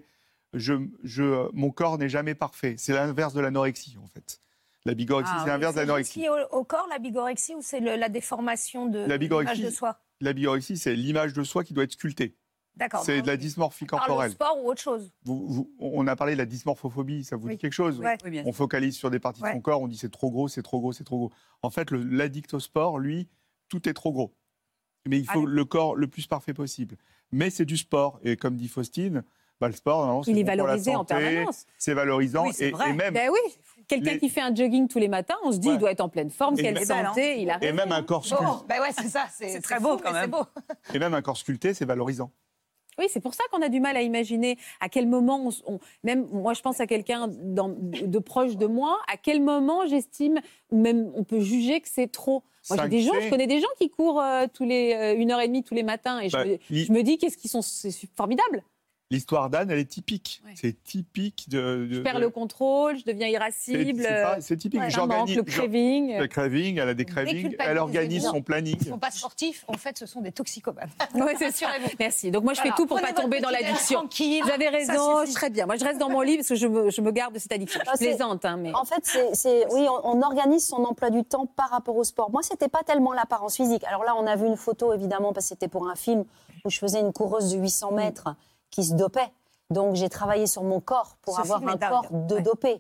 mon corps n'est jamais parfait. C'est l'inverse de l'anorexie, en fait. La bigorexie, c'est l'inverse de l'anorexie. C'est au corps, la bigorexie, ou c'est la déformation de l'image de soi? La bigorexie, c'est l'image de soi qui doit être sculptée. D'accord. C'est de la dysmorphie corporelle. Par le sport ou autre chose? On a parlé de la dysmorphophobie, ça vous dit quelque chose? Oui, bien sûr. On focalise sur des parties de son corps, on dit c'est trop gros, c'est trop gros, c'est trop gros. En fait, l'addict au sport, lui, tout est trop gros. Mais il faut le corps le plus parfait possible. Mais c'est du sport. Et comme dit Faustine, le sport, il est valorisé en permanence. C'est valorisant. Oui, c'est vrai. Et même, quelqu'un qui fait un jogging tous les matins, on se dit il doit être en pleine forme, quelle santé, il a raison. Et même un corps sculpté. C'est ça, c'est très beau quand même. Et même un corps sculpté, c'est valorisant. Oui, c'est pour ça qu'on a du mal à imaginer à quel moment, même moi je pense à quelqu'un de proche de moi, à quel moment j'estime, ou même on peut juger que c'est trop. Moi je connais des gens qui courent 1h30 tous les matins et je me dis c'est formidable. L'histoire d'Anne, elle est typique. Ouais. C'est typique Je perds le contrôle, je deviens irascible. C'est typique. Le craving. Le craving, elle a des cravings. Elle organise son planning. Ils ne sont pas sportifs, en fait, ce sont des toxicomanes. Oui, c'est sûr. Merci. Donc moi, je fais tout pour ne pas tomber dans l'addiction. Vous avez raison, très bien. Moi, je reste dans mon lit parce que je me garde de cette addiction. Je plaisante. Mais... En fait, oui, on organise son emploi du temps par rapport au sport. Moi, ce n'était pas tellement l'apparence physique. Alors là, on a vu une photo, évidemment, parce que c'était pour un film où je faisais une coureuse de 800 mètres. Qui se dopait. Donc, j'ai travaillé sur mon corps pour avoir un corps de dopé.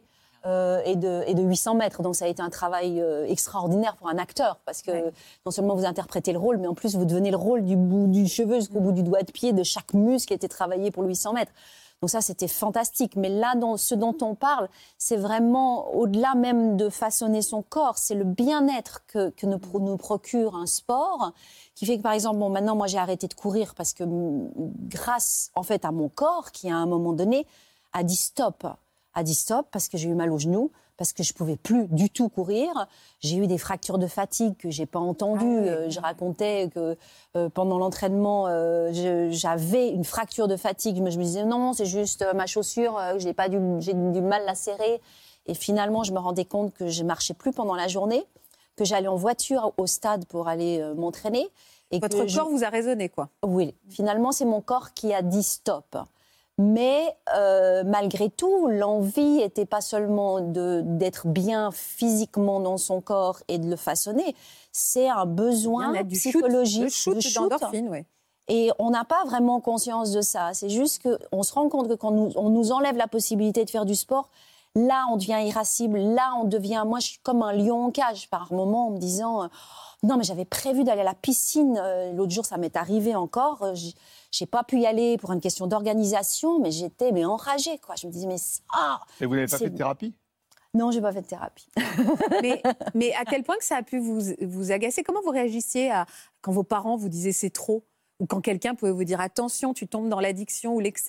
et de 800 mètres. Donc ça a été un travail extraordinaire pour un acteur, parce que non seulement vous interprétez le rôle, mais en plus vous devenez le rôle du bout du cheveu jusqu'au bout du doigt de pied, de chaque muscle qui a été travaillé pour le 800 mètres. Donc ça, c'était fantastique. Mais là, ce dont on parle, c'est vraiment, au-delà même de façonner son corps, c'est le bien-être que nous procure un sport, qui fait que, par exemple, maintenant, moi, j'ai arrêté de courir parce que grâce, en fait, à mon corps, qui, à un moment donné, a dit stop. A dit stop parce que j'ai eu mal aux genoux, parce que je ne pouvais plus du tout courir. J'ai eu des fractures de fatigue que je n'ai pas entendues. Je racontais que pendant l'entraînement, j'avais une fracture de fatigue. Je me disais non, c'est juste ma chaussure, j'ai du mal à la serrer. Et finalement, je me rendais compte que je ne marchais plus pendant la journée, que j'allais en voiture au stade pour aller m'entraîner. Et votre corps vous a raisonné, quoi. Oui, finalement, c'est mon corps qui a dit stop. Mais malgré tout, l'envie n'était pas seulement d'être bien physiquement dans son corps et de le façonner, c'est un besoin psychologique. Shoot d'endorphine, oui. Et on n'a pas vraiment conscience de ça. C'est juste qu'on se rend compte que quand on nous enlève la possibilité de faire du sport, là, on devient irascible, là, on devient... Moi, je suis comme un lion en cage par moment en me disant... non, mais j'avais prévu d'aller à la piscine. L'autre jour, ça m'est arrivé encore. J'ai pas pu y aller pour une question d'organisation, mais j'étais enragée, quoi. Je me disais, mais ça... Et vous n'avez pas fait de thérapie ? Non, j'ai pas fait de thérapie. mais à quel point que ça a pu vous agacer ? Comment vous réagissiez quand vos parents vous disaient c'est trop ? Ou quand quelqu'un pouvait vous dire attention, tu tombes dans l'addiction ou l'excès ?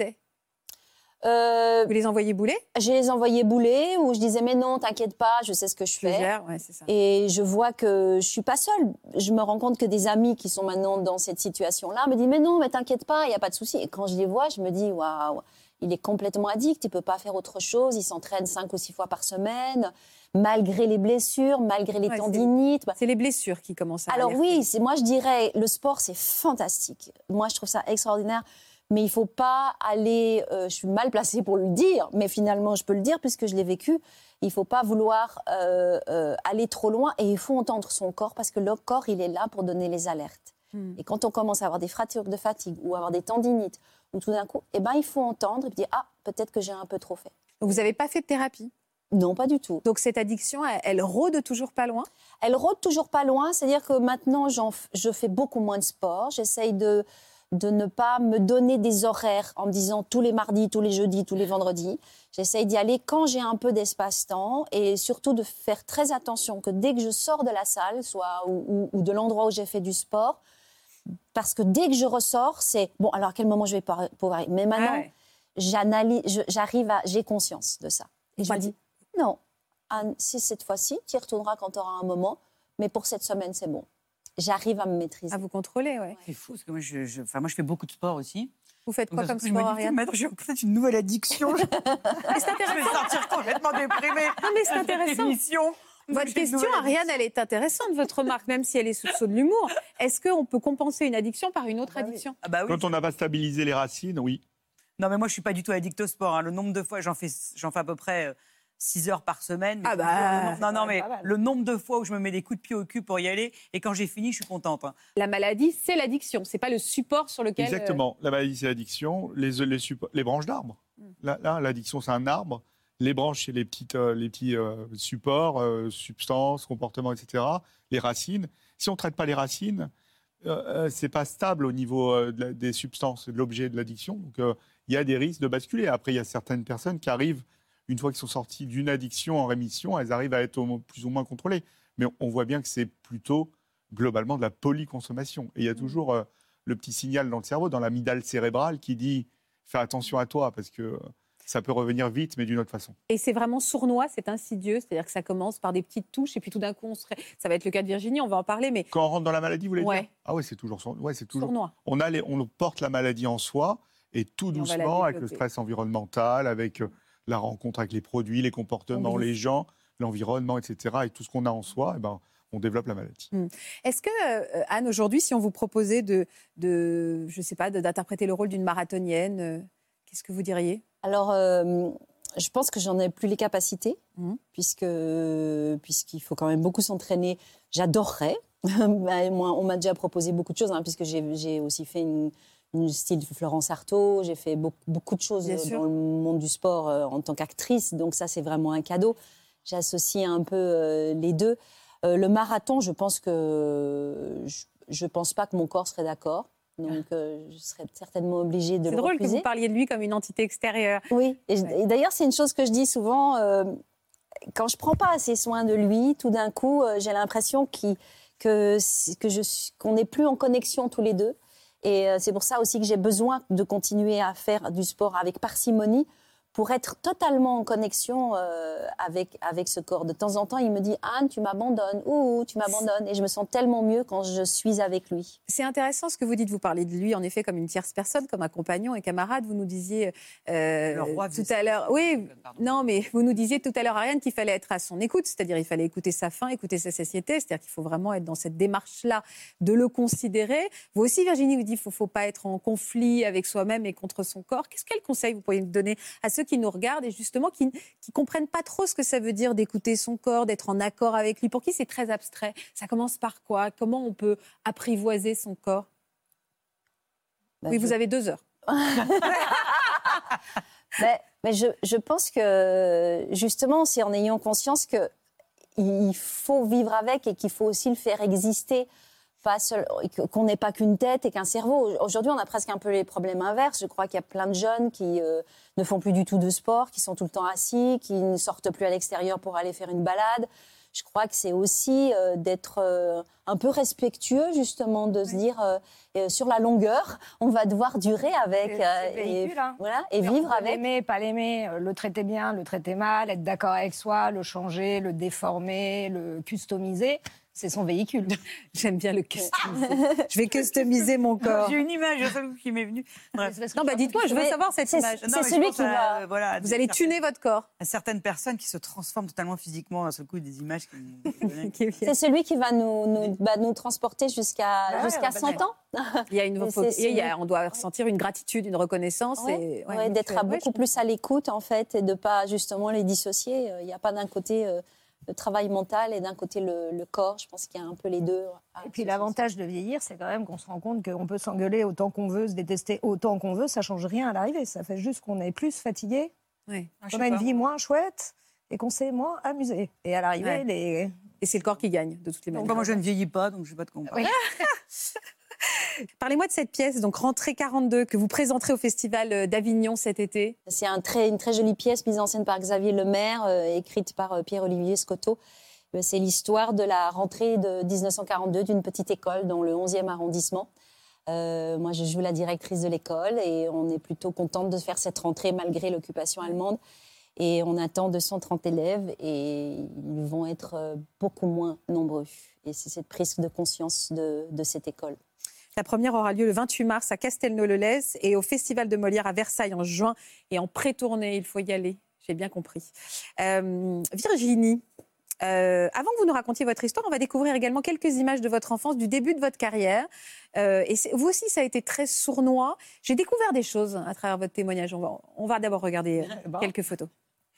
Vous les envoyez bouler ? Je les envoyais bouler, ou je disais mais non, t'inquiète pas, je sais ce que je fais. Ouais, c'est ça. Et je vois que je suis pas seule. Je me rends compte que des amis qui sont maintenant dans cette situation-là me disent mais non, mais t'inquiète pas, il y a pas de souci. Et quand je les vois, je me dis waouh, il est complètement addict, il peut pas faire autre chose, il s'entraîne 5 ou 6 fois par semaine, malgré les blessures, malgré les tendinites. C'est les blessures qui commencent à Alors alerter. oui, moi je dirais le sport c'est fantastique. Moi je trouve ça extraordinaire. Mais il ne faut pas aller... je suis mal placée pour le dire, mais finalement, je peux le dire puisque je l'ai vécu. Il ne faut pas vouloir aller trop loin et il faut entendre son corps parce que le corps, il est là pour donner les alertes. Et quand on commence à avoir des fractures de fatigue ou avoir des tendinites, ou tout d'un coup, il faut entendre et dire « Ah, peut-être que j'ai un peu trop fait ». Donc vous n'avez pas fait de thérapie ? Non, pas du tout. Donc cette addiction, elle rôde toujours pas loin ? Elle rôde toujours pas loin, c'est-à-dire que maintenant, je fais beaucoup moins de sport. J'essaye de ne pas me donner des horaires en me disant tous les mardis, tous les jeudis, tous les vendredis. J'essaye d'y aller quand j'ai un peu d'espace-temps et surtout de faire très attention que dès que je sors de la salle, ou de l'endroit où j'ai fait du sport, parce que dès que je ressors, c'est bon, alors à quel moment je vais pouvoir... Mais maintenant, j'ai conscience de ça. Et je me dis, non, Anne, si cette fois-ci, tu y retourneras quand tu auras un moment, mais pour cette semaine, c'est bon. J'arrive à me maîtriser. À vous contrôler, oui. C'est fou, parce que moi, je fais beaucoup de sport aussi. Vous faites quoi comme je sport, me dis, Ariane ? maintenant, j'ai peut-être une nouvelle addiction. Mais c'est intéressant. Je vais sortir complètement déprimée. Non, mais c'est intéressant. Votre question, Ariane, elle est intéressante, votre remarque, même si elle est sous le sceau de l'humour. Est-ce qu'on peut compenser une addiction par une autre addiction ? Oui. Ah bah oui. Quand on n'a pas stabilisé les racines, oui. Non, mais moi, je ne suis pas du tout addict au sport. Hein. Le nombre de fois, j'en fais à peu près 6 heures par semaine. Mais le nombre de fois où je me mets des coups de pied au cul pour y aller, et quand j'ai fini, je suis contente. Hein. La maladie, c'est l'addiction, c'est pas le support sur lequel... Exactement. La maladie, c'est l'addiction. Les branches d'arbres. Là, l'addiction, c'est un arbre. Les branches, c'est les petits supports, substances, comportements, etc. Les racines. Si on ne traite pas les racines, c'est pas stable au niveau des substances, de l'objet de l'addiction. Donc, il y a des risques de basculer. Après, il y a certaines personnes qui arrivent, une fois qu'ils sont sortis d'une addiction en rémission, elles arrivent à être plus ou moins contrôlées. Mais on voit bien que c'est plutôt globalement de la polyconsommation. Et il y a toujours le petit signal dans le cerveau, dans l'amygdale cérébrale, qui dit « fais attention à toi » parce que ça peut revenir vite, mais d'une autre façon. Et c'est vraiment sournois, c'est insidieux, c'est-à-dire que ça commence par des petites touches, et puis tout d'un coup, ça va être le cas de Virginie, on va en parler, mais... Quand on rentre dans la maladie, vous voulez dire ? Ah oui, c'est toujours sournois. On porte la maladie en soi, et tout doucement, avec le stress environnemental, avec la rencontre avec les produits, les comportements, les gens, l'environnement, etc., et tout ce qu'on a en soi, on développe la maladie. Est-ce que, Anne, aujourd'hui, si on vous proposait je sais pas, d'interpréter le rôle d'une marathonienne, qu'est-ce que vous diriez ? Alors, je pense que j'en ai plus les capacités, puisqu'il faut quand même beaucoup s'entraîner. J'adorerais. Moi, on m'a déjà proposé beaucoup de choses, puisque j'ai aussi fait une style Florence Artaud. J'ai fait beaucoup de choses dans le monde du sport en tant qu'actrice. Donc ça, c'est vraiment un cadeau. J'associe un peu les deux. Le marathon, je pense pas que mon corps serait d'accord. Donc, je serais certainement obligée de le refuser. C'est drôle que vous parliez de lui comme une entité extérieure. Oui. Et d'ailleurs, c'est une chose que je dis souvent. Quand je prends pas assez soin de lui, tout d'un coup, j'ai l'impression qu'on n'est plus en connexion tous les deux. Et c'est pour ça aussi que j'ai besoin de continuer à faire du sport avec parcimonie pour être totalement en connexion avec ce corps. De temps en temps, il me dit « Anne, tu m'abandonnes » ou « tu m'abandonnes » et je me sens tellement mieux quand je suis avec lui. C'est intéressant ce que vous dites. Vous parlez de lui, en effet, comme une tierce personne, comme un compagnon et camarade. Vous nous disiez tout à l'heure... Oui, non, mais vous nous disiez tout à l'heure, Ariane, qu'il fallait être à son écoute. C'est-à-dire il fallait écouter sa faim, écouter sa satiété. C'est-à-dire qu'il faut vraiment être dans cette démarche-là de le considérer. Vous aussi, Virginie, vous dites qu'il ne faut pas être en conflit avec soi-même et contre son corps. Quel conseil vous pourriez me donner à ceux qui nous regardent et justement qui comprennent pas trop ce que ça veut dire d'écouter son corps, d'être en accord avec lui, pour qui c'est très abstrait? Ça commence par quoi? Comment on peut apprivoiser son corps? Vous avez 2 heures. mais je pense que justement, c'est en ayant conscience qu'il faut vivre avec et qu'il faut aussi le faire exister. Qu'on n'est pas qu'une tête et qu'un cerveau. Aujourd'hui, on a presque un peu les problèmes inverses. Je crois qu'il y a plein de jeunes qui ne font plus du tout de sport, qui sont tout le temps assis, qui ne sortent plus à l'extérieur pour aller faire une balade. Je crois que c'est aussi d'être un peu respectueux, justement, de se dire sur la longueur, on va devoir durer avec et vivre avec. L'aimer, pas l'aimer, le traiter bien, le traiter mal, être d'accord avec soi, le changer, le déformer, le customiser. C'est son véhicule. J'aime bien le customiser. Je vais customiser mon corps. J'ai une image qui m'est venue. Non, dites-moi, je veux savoir cette image. C'est celui qui va... Vous allez tuner votre corps. À certaines personnes qui se transforment totalement physiquement, d'un seul coup, des images qui... C'est celui qui va nous transporter jusqu'à 100 ans. On doit ressentir une gratitude, une reconnaissance. D'être beaucoup plus à l'écoute, en fait, et de ne pas justement les dissocier. Il n'y a pas d'un côté... le travail mental et d'un côté le corps. Je pense qu'il y a un peu les deux. Et puis l'avantage de vieillir, c'est quand même qu'on se rend compte qu'on peut s'engueuler autant qu'on veut, se détester autant qu'on veut, ça ne change rien à l'arrivée. Ça fait juste qu'on est plus fatigué, qu'on a une vie moins chouette et qu'on s'est moins amusé. Et à l'arrivée, Et c'est le corps qui gagne, de toutes les manières. Moi, je ne vieillis pas, donc je ne sais pas de quoi on parle. Parlez-moi de cette pièce, donc Rentrée 42, que vous présenterez au Festival d'Avignon cet été. C'est une très jolie pièce mise en scène par Xavier Lemaire, écrite par Pierre-Olivier Scotto. C'est l'histoire de la rentrée de 1942 d'une petite école dans le 11e arrondissement. Moi, je joue la directrice de l'école et on est plutôt contente de faire cette rentrée malgré l'occupation allemande. Et on attend 230 élèves et ils vont être beaucoup moins nombreux. Et c'est cette prise de conscience de cette école. La première aura lieu le 28 mars à Castelnau-le-Lez et au Festival de Molière à Versailles en juin. Et en pré-tournée, il faut y aller. J'ai bien compris. Virginie, avant que vous nous racontiez votre histoire, on va découvrir également quelques images de votre enfance, du début de votre carrière. Et vous aussi, ça a été très sournois. J'ai découvert des choses à travers votre témoignage. On va d'abord regarder quelques photos.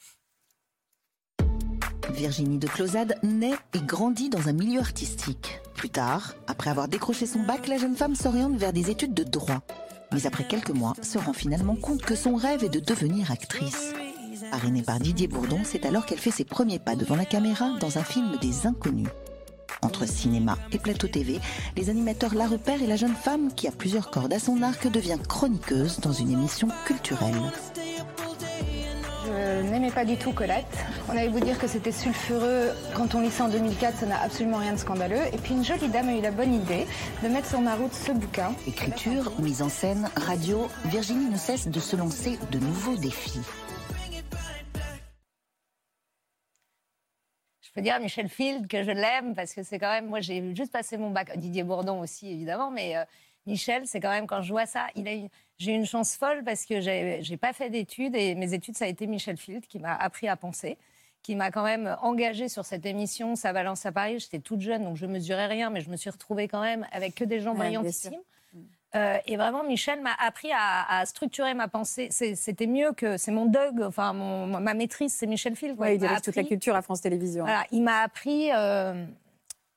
Virginie de Closade naît et grandit dans un milieu artistique. Plus tard, après avoir décroché son bac, la jeune femme s'oriente vers des études de droit. Mais après quelques mois, se rend finalement compte que son rêve est de devenir actrice. Parrainée par Didier Bourdon, c'est alors qu'elle fait ses premiers pas devant la caméra dans un film des Inconnus. Entre cinéma et plateau TV, les animateurs la repèrent et la jeune femme, qui a plusieurs cordes à son arc, devient chroniqueuse dans une émission culturelle. Je n'aimais pas du tout Colette. On allait vous dire que c'était sulfureux. Quand on lit ça en 2004, ça n'a absolument rien de scandaleux. Et puis une jolie dame a eu la bonne idée de mettre sur ma route ce bouquin. Écriture, mise en scène, radio, Virginie ne cesse de se lancer de nouveaux défis. Je peux dire à Michel Field que je l'aime parce que c'est quand même... Moi, j'ai juste passé mon bac. Didier Bourdon aussi, évidemment, mais... Michel, c'est quand même, quand je vois ça, j'ai eu une chance folle parce que j'ai pas fait d'études et mes études, ça a été Michel Field qui m'a appris à penser, qui m'a quand même engagée sur cette émission Ça balance à Paris. J'étais toute jeune, donc je mesurais rien, mais je me suis retrouvée quand même avec que des gens brillantissimes. Et vraiment, Michel m'a appris à structurer ma pensée. C'était mieux que... C'est mon Doug, enfin, ma maîtrise, c'est Michel Field. Oui, il dirige toute la culture à France Télévisions. Voilà, il m'a appris...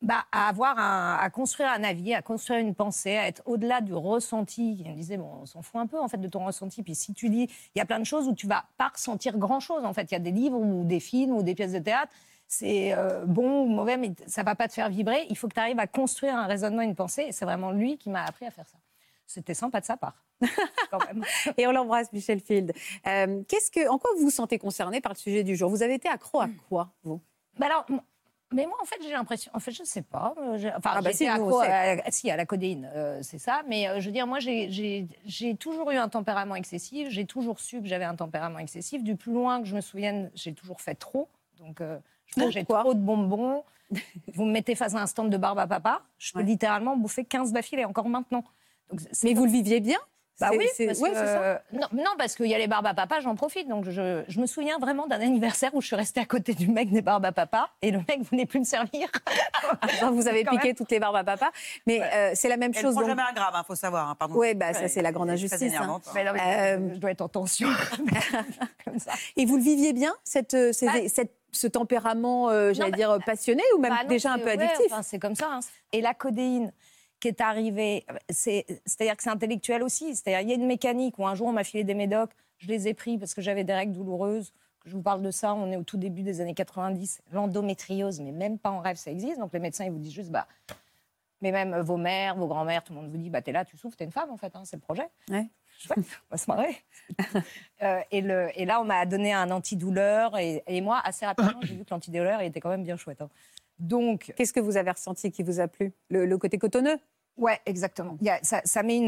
à construire un avis, à construire une pensée, à être au-delà du ressenti. Il me disait, on s'en fout un peu en fait de ton ressenti. Puis si tu lis, il y a plein de choses où tu vas pas ressentir grand-chose. En fait, il y a des livres ou des films ou des pièces de théâtre. C'est bon ou mauvais, mais ça va pas te faire vibrer. Il faut que tu arrives à construire un raisonnement, une pensée. Et c'est vraiment lui qui m'a appris à faire ça. C'était sympa de sa part, quand même. Et on l'embrasse, Michel Field. En quoi vous vous sentez concerné par le sujet du jour? Vous avez été accro à quoi, vous? Mais moi, en fait, j'ai l'impression... En fait, je ne sais pas. Si, accro à la codéine, c'est ça. Mais je veux dire, moi, j'ai toujours eu un tempérament excessif. J'ai toujours su que j'avais un tempérament excessif. Du plus loin que je me souvienne, j'ai toujours fait trop. Donc, je mangeais trop de bonbons. Vous me mettez face à un stand de barbe à papa, je peux littéralement bouffer 15 d'affilée, encore maintenant. Donc, mais vous le viviez bien? Oui, c'est ça. Non, parce qu'il y a les barbes à papa, j'en profite. Donc je me souviens vraiment d'un anniversaire où je suis restée à côté du mec des barbes à papa et le mec voulait plus me servir. Vous avez piqué toutes les barbes à papa. Mais c'est la même chose. Elle ne prend jamais un grave, faut savoir. Pardon. Oui, ça c'est la grande injustice. Je dois être en tension. Comme ça. Et vous le viviez bien, ce tempérament, passionné ou même déjà un peu addictif? C'est comme ça. Et la codéine qui est arrivée, c'est-à-dire que c'est intellectuel aussi. C'est-à-dire il y a une mécanique où un jour on m'a filé des médocs, je les ai pris parce que j'avais des règles douloureuses. Je vous parle de ça, on est au tout début des années 90. L'endométriose, mais même pas en rêve, ça existe. Donc les médecins, ils vous disent juste, mais même vos mères, vos grands-mères, tout le monde vous dit, t'es là, tu souffres, t'es une femme en fait, c'est le projet. Ouais. Chouette, on va se marrer. Et là, on m'a donné un antidouleur. Et moi, assez rapidement, j'ai vu que l'antidouleur, il était quand même bien chouette. Donc, qu'est-ce que vous avez ressenti qui vous a plu? Le côté cotonneux? Ouais, exactement. Ça met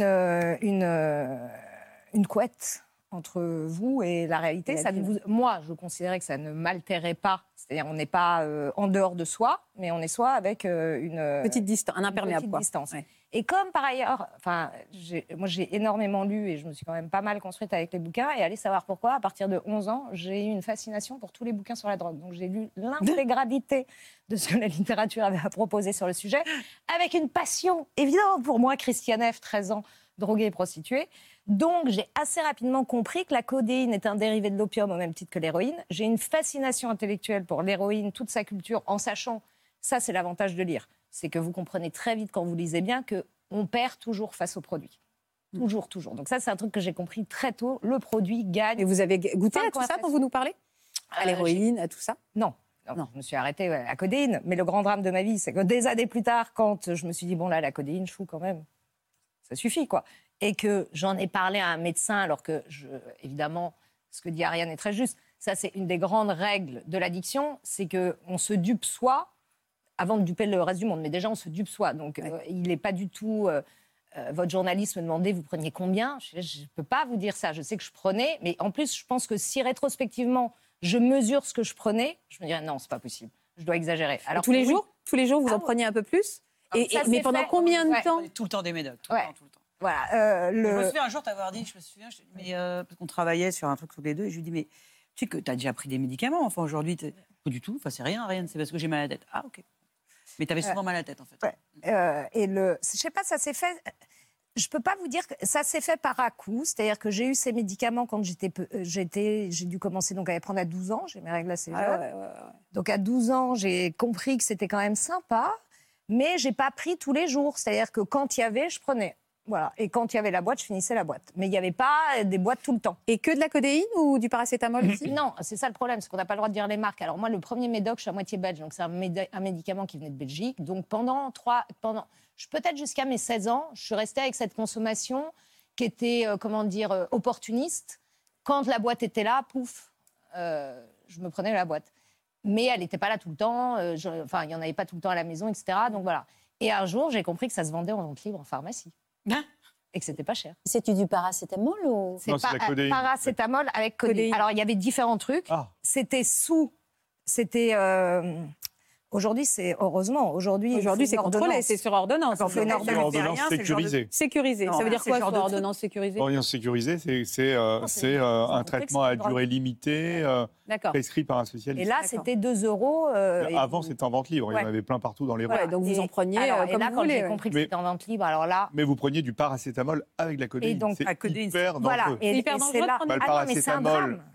une couette entre vous et la réalité. Moi, je considérais que ça ne m'altérait pas. C'est-à-dire, on n'est pas en dehors de soi, mais on est soi avec une petite distance, un imperméable, petite distance. Ouais. Et comme par ailleurs, moi j'ai énormément lu et je me suis quand même pas mal construite avec les bouquins. Et allez savoir pourquoi, à partir de 11 ans, j'ai eu une fascination pour tous les bouquins sur la drogue. Donc j'ai lu l'intégralité de ce que la littérature avait à proposer sur le sujet, avec une passion évidente pour moi, Christiane F., 13 ans, droguée et prostituée. Donc j'ai assez rapidement compris que la codéine est un dérivé de l'opium au même titre que l'héroïne. J'ai une fascination intellectuelle pour l'héroïne, toute sa culture, en sachant, ça c'est l'avantage de lire, c'est que vous comprenez très vite quand vous lisez bien qu'on perd toujours face au produit. Toujours, toujours. Donc ça, c'est un truc que j'ai compris très tôt. Le produit gagne. Et vous avez goûté à tout ça dont vous nous parlez? À l'héroïne, à tout ça? Non. Je me suis arrêtée à la codéine. Mais le grand drame de ma vie, c'est que des années plus tard, quand je me suis dit, la codéine, je fous quand même. Ça suffit, quoi. Et que j'en ai parlé à un médecin, alors que, évidemment, ce que dit Ariane est très juste. Ça, c'est une des grandes règles de l'addiction, c'est qu'on se dupe soi avant de duper le reste du monde. Mais déjà, on se dupe soi. Donc, il n'est pas du tout... votre journaliste me demandait, vous preniez combien? Je ne peux pas vous dire ça. Je sais que je prenais. Mais en plus, je pense que si rétrospectivement, je mesure ce que je prenais, je me dirais, non, ce n'est pas possible. Je dois exagérer. Alors, tous les jours, vous en preniez un peu plus? Mais pendant combien de temps? Tout le temps des médocs. Tout le temps. Voilà, Je me souviens un jour t'avoir dit, parce qu'on travaillait sur un truc tous les deux, et je lui dis, mais tu sais que t'as déjà pris des médicaments, enfin aujourd'hui, pas du tout, c'est rien, c'est parce que j'ai mal à la tête. Ah, ok. Mais t'avais souvent mal à la tête, en fait. Je sais pas, ça s'est fait... Je peux pas vous dire que ça s'est fait par à-coup, c'est-à-dire que j'ai eu ces médicaments quand j'ai dû commencer donc à les prendre à 12 ans, j'ai mes règles assez jeunes. Donc à 12 ans, j'ai compris que c'était quand même sympa, mais j'ai pas pris tous les jours, c'est-à-dire que quand il y avait, je prenais. Voilà. Et quand il y avait la boîte, je finissais la boîte. Mais il n'y avait pas des boîtes tout le temps. Et que de la codéine ou du paracétamol aussi? Non, c'est ça le problème, c'est qu'on n'a pas le droit de dire les marques. Alors moi, le premier médoc, je suis à moitié belge, donc c'est un médicament qui venait de Belgique. Donc peut-être jusqu'à mes 16 ans, je suis restée avec cette consommation qui était, opportuniste. Quand la boîte était là, pouf, je me prenais la boîte. Mais elle n'était pas là tout le temps, il n'y en avait pas tout le temps à la maison, etc. Donc voilà. Et un jour, j'ai compris que ça se vendait en vente libre en pharmacie. Et que c'était pas cher. C'est du paracétamol ou... C'est paracétamol avec codéine. Alors, il y avait différents trucs. Aujourd'hui, c'est... Heureusement, aujourd'hui c'est contrôlé, c'est sur ordonnance. C'est une ordonnance sécurisée. Sécurisée, ça veut dire quoi, sur ordonnance sécurisée? Ordonnance sécurisée, c'est un traitement à durée limitée, prescrit par un spécialiste. Et là, c'était 2 €. Avant, c'était en vente libre. Il y en avait plein partout dans les rues. Donc, vous en preniez comme vous voulez. J'ai compris que c'était en vente libre, alors là... Mais vous preniez du paracétamol avec la codéine. Et donc, c'est hyper dangereux. Et hyper dangereux de prendre le paracétamol.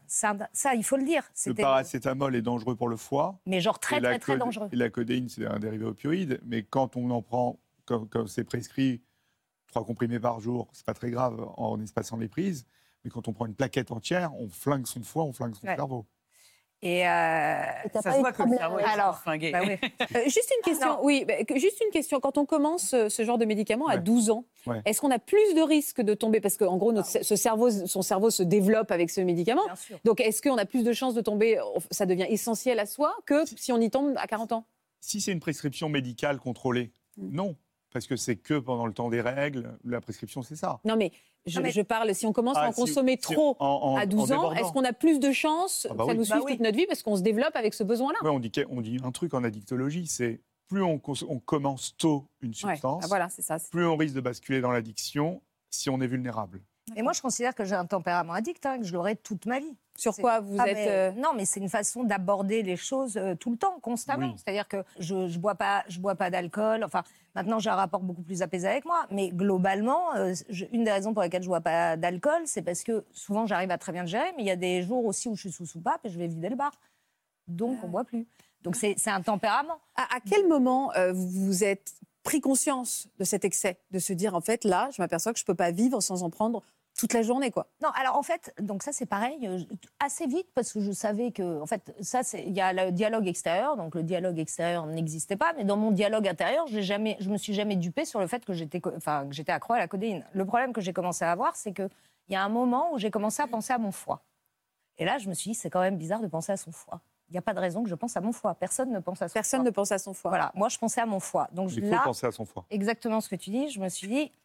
Ça, il faut le dire. Le C'était... paracétamol est dangereux pour le foie. Mais genre très, Et la très, très dangereux. Et la codéine, c'est un dérivé opioïde. Mais quand on en prend, comme c'est prescrit, 3 comprimés par jour, c'est pas très grave en espacant les prises. Mais quand on prend une plaquette entière, on flingue son foie, on flingue son cerveau. Et ça se voit que le cerveau est alors, flingué. bah oui. Juste une question. Juste une question. Quand on commence ce genre de médicament à 12 ans, est-ce qu'on a plus de risques de tomber parce qu'en gros, son cerveau se développe avec ce médicament. Bien sûr. Donc, est-ce qu'on a plus de chances de tomber, ça devient essentiel à soi, que si on y tombe à 40 ans? Si c'est une prescription médicale contrôlée, non. Parce que c'est que pendant le temps des règles, la prescription, c'est ça. Non, mais je parle, si on commence à en consommer si trop en à 12 ans, débordant. est-ce qu'on a plus de chances que ça nous suive oui. toute notre vie parce qu'on se développe avec ce besoin-là? Ouais, on dit un truc en addictologie, c'est plus on commence tôt une substance, voilà, c'est ça. plus on risque de basculer dans l'addiction si on est vulnérable. Et moi, je considère que j'ai un tempérament addict, que je l'aurai toute ma vie. Sur quoi vous êtes... Non, mais c'est une façon d'aborder les choses tout le temps, constamment. Oui. C'est-à-dire que je bois pas d'alcool. Enfin, maintenant, j'ai un rapport beaucoup plus apaisé avec moi. Mais globalement, une des raisons pour lesquelles je bois pas d'alcool, c'est parce que souvent, j'arrive à très bien le gérer. Mais il y a des jours aussi où je suis sous soupape et je vais vider le bar. Donc, on boit plus. Donc, c'est un tempérament. À quel moment vous êtes pris conscience de cet excès? De se dire, en fait, là, je m'aperçois que je peux pas vivre sans en prendre toute la journée, quoi. Non, alors en fait, donc ça c'est pareil, assez vite parce que je savais que, en fait, il y a le dialogue extérieur, donc le dialogue extérieur n'existait pas, mais dans mon dialogue intérieur, je me suis jamais dupée sur le fait que j'étais accro à la codéine. Le problème que j'ai commencé à avoir, c'est que il y a un moment où j'ai commencé à penser à mon foie. Et là, je me suis dit, c'est quand même bizarre de penser à son foie. Il n'y a pas de raison que je pense à mon foie. Personne ne pense à son foie. Personne ne pense à son foie. Voilà, moi je pensais à mon foie. Donc Il faut penser à son foie. Exactement ce que tu dis, je me suis dit,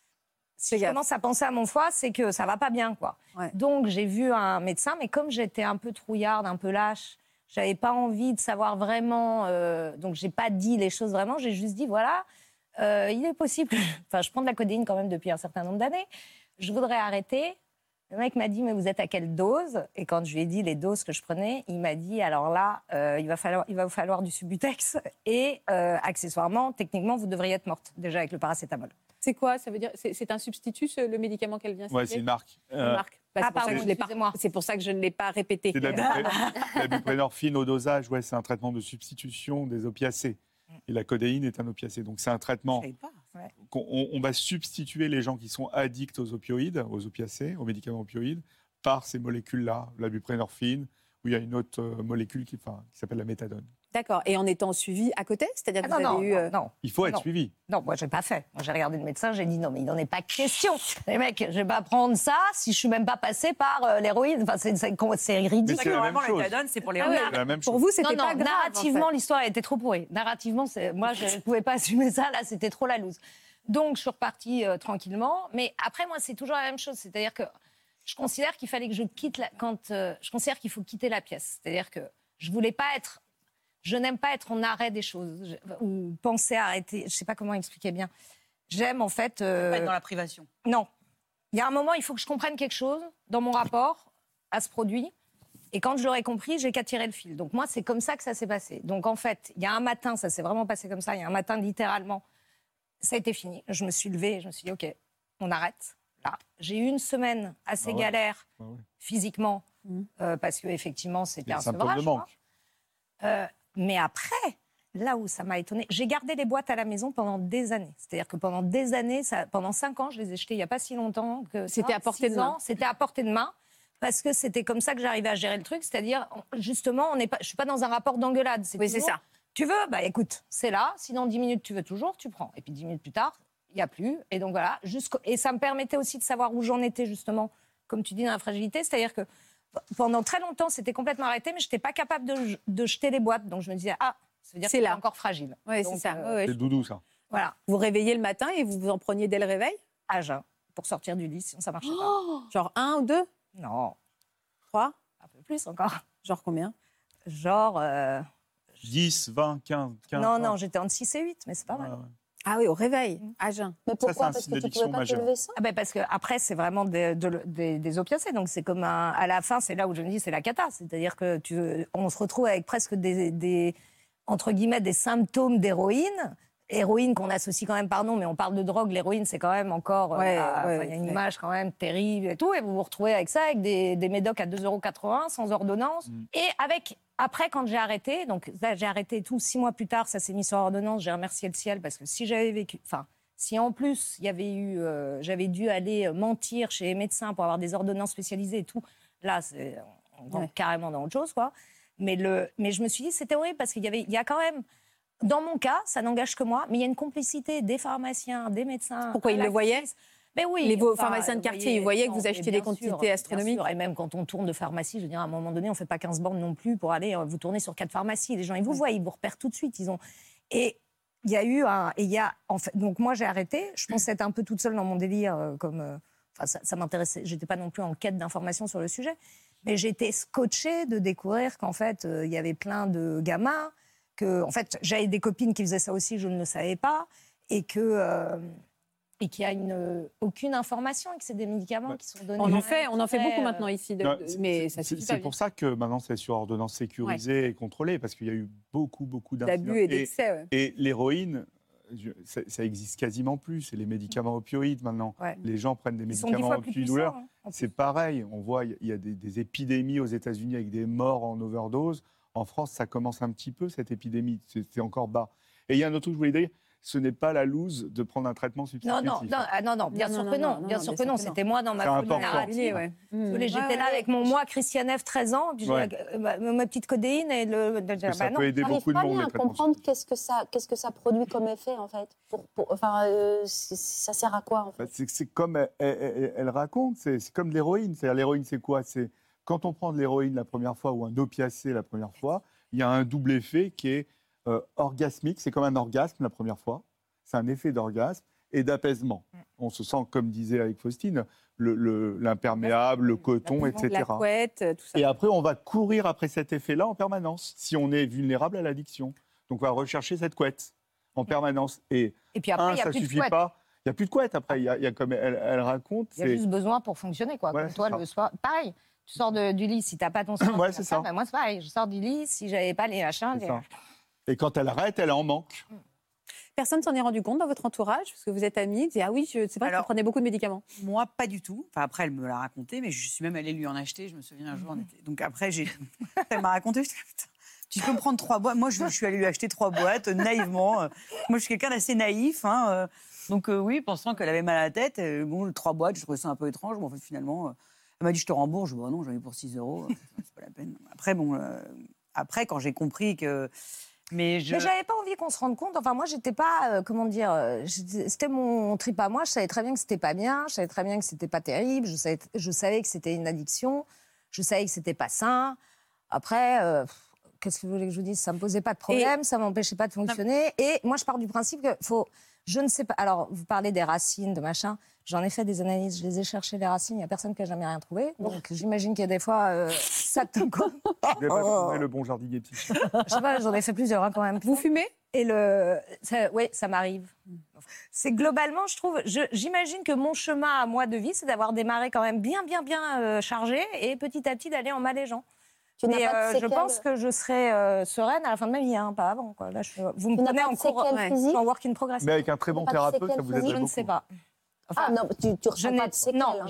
si je commence à penser à mon foie, c'est que ça va pas bien, quoi. Ouais. Donc j'ai vu un médecin, mais comme j'étais un peu trouillarde, un peu lâche, j'avais pas envie de savoir vraiment, donc j'ai pas dit les choses vraiment, j'ai juste dit voilà, il est possible, enfin je prends de la codéine quand même depuis un certain nombre d'années, je voudrais arrêter. Le mec m'a dit mais vous êtes à quelle dose? Et quand je lui ai dit les doses que je prenais, il m'a dit alors là, il va vous falloir du Subutex et accessoirement, techniquement, vous devriez être morte déjà avec le paracétamol. C'est quoi? Ça veut dire c'est un substitut, le médicament qu'elle vient citer? Ouais, c'est une marque. Une marque. C'est pour ça que je ne l'ai pas répété. C'est la buprenorphine au dosage, c'est un traitement de substitution des opiacés. Et la codéine est un opiacé. Donc c'est un traitement. On va substituer les gens qui sont addicts aux opioïdes, aux opiacés, aux médicaments opioïdes, par ces molécules-là, la buprenorphine, où il y a une autre molécule qui s'appelle la méthadone. D'accord. Et en étant suivi à côté? C'est-à-dire que vous avez eu... Non. Il faut être suivi. Non, moi, je n'ai pas fait. Moi, j'ai regardé le médecin, j'ai dit non, mais il n'en est pas question. Les mecs, je ne vais pas prendre ça si je ne suis même pas passée par l'héroïne. Enfin, c'est ridicule. C'est la même chose. La méthadone, c'est pour les la même Pour chose. vous, c'était pas grave, narrativement, en fait. l'histoire était trop pourrie. Narrativement, moi, je ne pouvais pas assumer ça. Là, c'était trop la loose. Donc, je suis repartie tranquillement. Mais après, moi, c'est toujours la même chose. C'est-à-dire que je considère qu'il fallait que je quitte je considère qu'il faut quitter la pièce. C'est-à-dire que je n'aime pas être en arrêt des choses ou penser à arrêter. Je ne sais pas comment expliquer bien. J'aime en fait. Pas être dans la privation. Non. Il y a un moment, il faut que je comprenne quelque chose dans mon rapport à ce produit. Et quand je l'aurai compris, j'ai qu'à tirer le fil. Donc moi, c'est comme ça que ça s'est passé. Donc en fait, il y a un matin, ça s'est vraiment passé comme ça. Il y a un matin, littéralement, ça a été fini. Je me suis levée, je me suis dit, OK, on arrête. Là, j'ai eu une semaine assez galère physiquement parce que effectivement, c'était un sevrage. De manque. Mais après, là où ça m'a étonnée, j'ai gardé les boîtes à la maison pendant des années. C'est-à-dire que pendant des années, pendant 5 ans, je les ai jetées il n'y a pas si longtemps. C'était à portée de main. C'était à portée de main parce que c'était comme ça que j'arrivais à gérer le truc. C'est-à-dire, justement, je ne suis pas dans un rapport d'engueulade. Oui, c'est ça. Tu veux? Bah écoute, c'est là. Si dans 10 minutes, tu veux toujours, tu prends. Et puis 10 minutes plus tard, il n'y a plus. Et donc voilà. Et ça me permettait aussi de savoir où j'en étais, justement, comme tu dis, dans la fragilité. C'est-à-dire que pendant très longtemps, c'était complètement arrêté, mais je n'étais pas capable de jeter les boîtes. Donc je me disais, ça veut dire que c'est encore fragile. Oui, c'est ça. C'est doudou, ça. Voilà. Vous réveillez le matin et vous en preniez dès le réveil? À jeun, pour sortir du lit, sinon ça ne marchait pas. Genre 1 ou 2? Non. 3? Un peu plus encore. Genre combien? Genre... 10, 20, 15... Non, j'étais entre 6 et 8, mais c'est pas mal. Ah oui, au réveil, à jeun. Mais pourquoi? Ça, c'est un Parce signe que tu pouvais pas te d'addiction lever sans? Parce qu'après, c'est vraiment des opiacés. Donc, c'est comme à la fin, c'est là où je me dis, c'est la cata. C'est-à-dire que on se retrouve avec presque entre guillemets, des symptômes d'héroïne. Héroïne qu'on associe quand même, pardon, mais on parle de drogue, l'héroïne c'est quand même encore, il y a une image quand même terrible et tout, et vous vous retrouvez avec ça, avec des médocs à 2,80 € sans ordonnance, et après quand j'ai arrêté, donc là, j'ai arrêté tout 6 mois plus tard, ça s'est mis sur ordonnance, j'ai remercié le ciel, parce que si j'avais vécu, si en plus il y avait eu, j'avais dû aller mentir chez les médecins pour avoir des ordonnances spécialisées et tout, là on rentre carrément dans autre chose, quoi. Mais je me suis dit c'était horrible parce qu'il y a quand même. Dans mon cas, ça n'engage que moi, mais il y a une complicité des pharmaciens, des médecins. Pourquoi ils le voyaient? Mais oui, les pharmaciens de quartier, ils voyaient que vous achetiez des quantités astronomiques. Et même quand on tourne de pharmacie, je veux dire, à un moment donné, on ne fait pas 15 bornes non plus pour aller vous tourner sur 4 pharmacies. Les gens, ils vous voient, ils vous repèrent tout de suite. Et il y a eu donc moi, j'ai arrêté. Je pensais être un peu toute seule dans mon délire, ça m'intéressait. J'étais pas non plus en quête d'informations sur le sujet, mais j'étais scotchée de découvrir qu'en fait, il y avait plein de gamins. En fait, j'avais des copines qui faisaient ça aussi, je ne le savais pas, et qu'il n'y a aucune information et que c'est des médicaments qui sont donnés. On en fait beaucoup maintenant ici, mais ça suffit pas. C'est pour ça que maintenant c'est sur ordonnance sécurisée et contrôlée, parce qu'il y a eu beaucoup d'abus et d'excès. Et l'héroïne, ça existe quasiment plus. C'est les médicaments opioïdes maintenant. Ouais. Les gens prennent des médicaments antidouleurs. C'est pareil. On voit, il y a des épidémies aux États-Unis avec des morts en overdose. En France, ça commence un petit peu, cette épidémie. C'est encore bas. Et il y a un autre truc que je voulais dire, ce n'est pas la loose de prendre un traitement substitutif. Non, bien sûr que non. C'était moi dans ma folie narrative. J'étais là avec mon moi, Christiane F, 13 ans, puis ma petite codéine et ça peut aider beaucoup de monde. Je n'arrive pas bien à comprendre qu'est-ce que ça produit comme effet, en fait. Ça sert à quoi, en fait? C'est comme elle raconte, c'est comme de l'héroïne. C'est-à-dire, l'héroïne, c'est quoi? C'est quand on prend de l'héroïne la première fois ou un opiacé la première fois, il y a un double effet qui est orgasmique. C'est comme un orgasme la première fois. C'est un effet d'orgasme et d'apaisement. On se sent, comme disait avec Faustine, l'imperméable, le coton, etc. La couette, tout ça. Et après, on va courir après cet effet-là en permanence, si on est vulnérable à l'addiction. Donc, on va rechercher cette couette en permanence. Et puis après, ça ne suffit pas. Il n'y a plus de couette après. Il y a comme elle raconte. Il y a juste besoin pour fonctionner, quoi. Ouais, comme toi, le soir. Pareil. Tu sors du lit, si tu n'as pas ton sang, c'est ça. Moi, c'est pareil. Je sors du lit, si je n'avais pas les machins. Et quand elle arrête, elle en manque. Personne ne s'en est rendu compte dans votre entourage, parce que vous êtes amis, dit, ah oui, c'est vrai que vous prenez beaucoup de médicaments. Moi, pas du tout. Enfin, après, elle me l'a raconté, mais je suis même allée lui en acheter. Je me souviens un jour, donc après, elle m'a raconté, je dis, putain, tu peux me prendre 3 boîtes. Moi, je suis allée lui acheter 3 boîtes, naïvement. Moi, je suis quelqu'un d'assez naïf, hein. Donc oui, pensant qu'elle avait mal à la tête, 3 boîtes, je trouvais ça un peu étrange, mais en fait, finalement... Elle m'a dit, je te rembourse. Je dis, non, j'en ai pour 6 €. C'est pas la peine. Après, quand j'ai compris que... Mais j'avais pas envie qu'on se rende compte. Enfin, moi, j'étais pas... c'était mon trip à moi. Je savais très bien que c'était pas bien. Je savais très bien que c'était pas terrible. Je savais que c'était une addiction. Je savais que c'était pas sain. Après, qu'est-ce que vous voulez que je vous dise? Ça me posait pas de problème. Ça m'empêchait pas de fonctionner. Et moi, je pars du principe que je ne sais pas... Alors, vous parlez des racines, de machin... J'en ai fait des analyses, je les ai cherchées, les racines, il n'y a personne qui n'a jamais rien trouvé. Donc j'imagine qu'il y a des fois, ça te quoi. Vous n'avez pas trouvé le bon jardinier psychique. Je sais pas, j'en ai fait plusieurs quand même. Vous fumez? Oui, ça m'arrive. C'est globalement, je trouve, j'imagine que mon chemin à moi de vie, c'est d'avoir démarré quand même bien chargé et petit à petit d'aller en m'allégeant. Mais je pense que je serai sereine à la fin de ma vie, hein, pas avant. Quoi. Là, vous me prenez en cours, en work in progress. Mais avec un très bon thérapeute, ça vous aiderait beaucoup. Je ne sais pas. Enfin, non, tu ressens pas de séquelles. Non,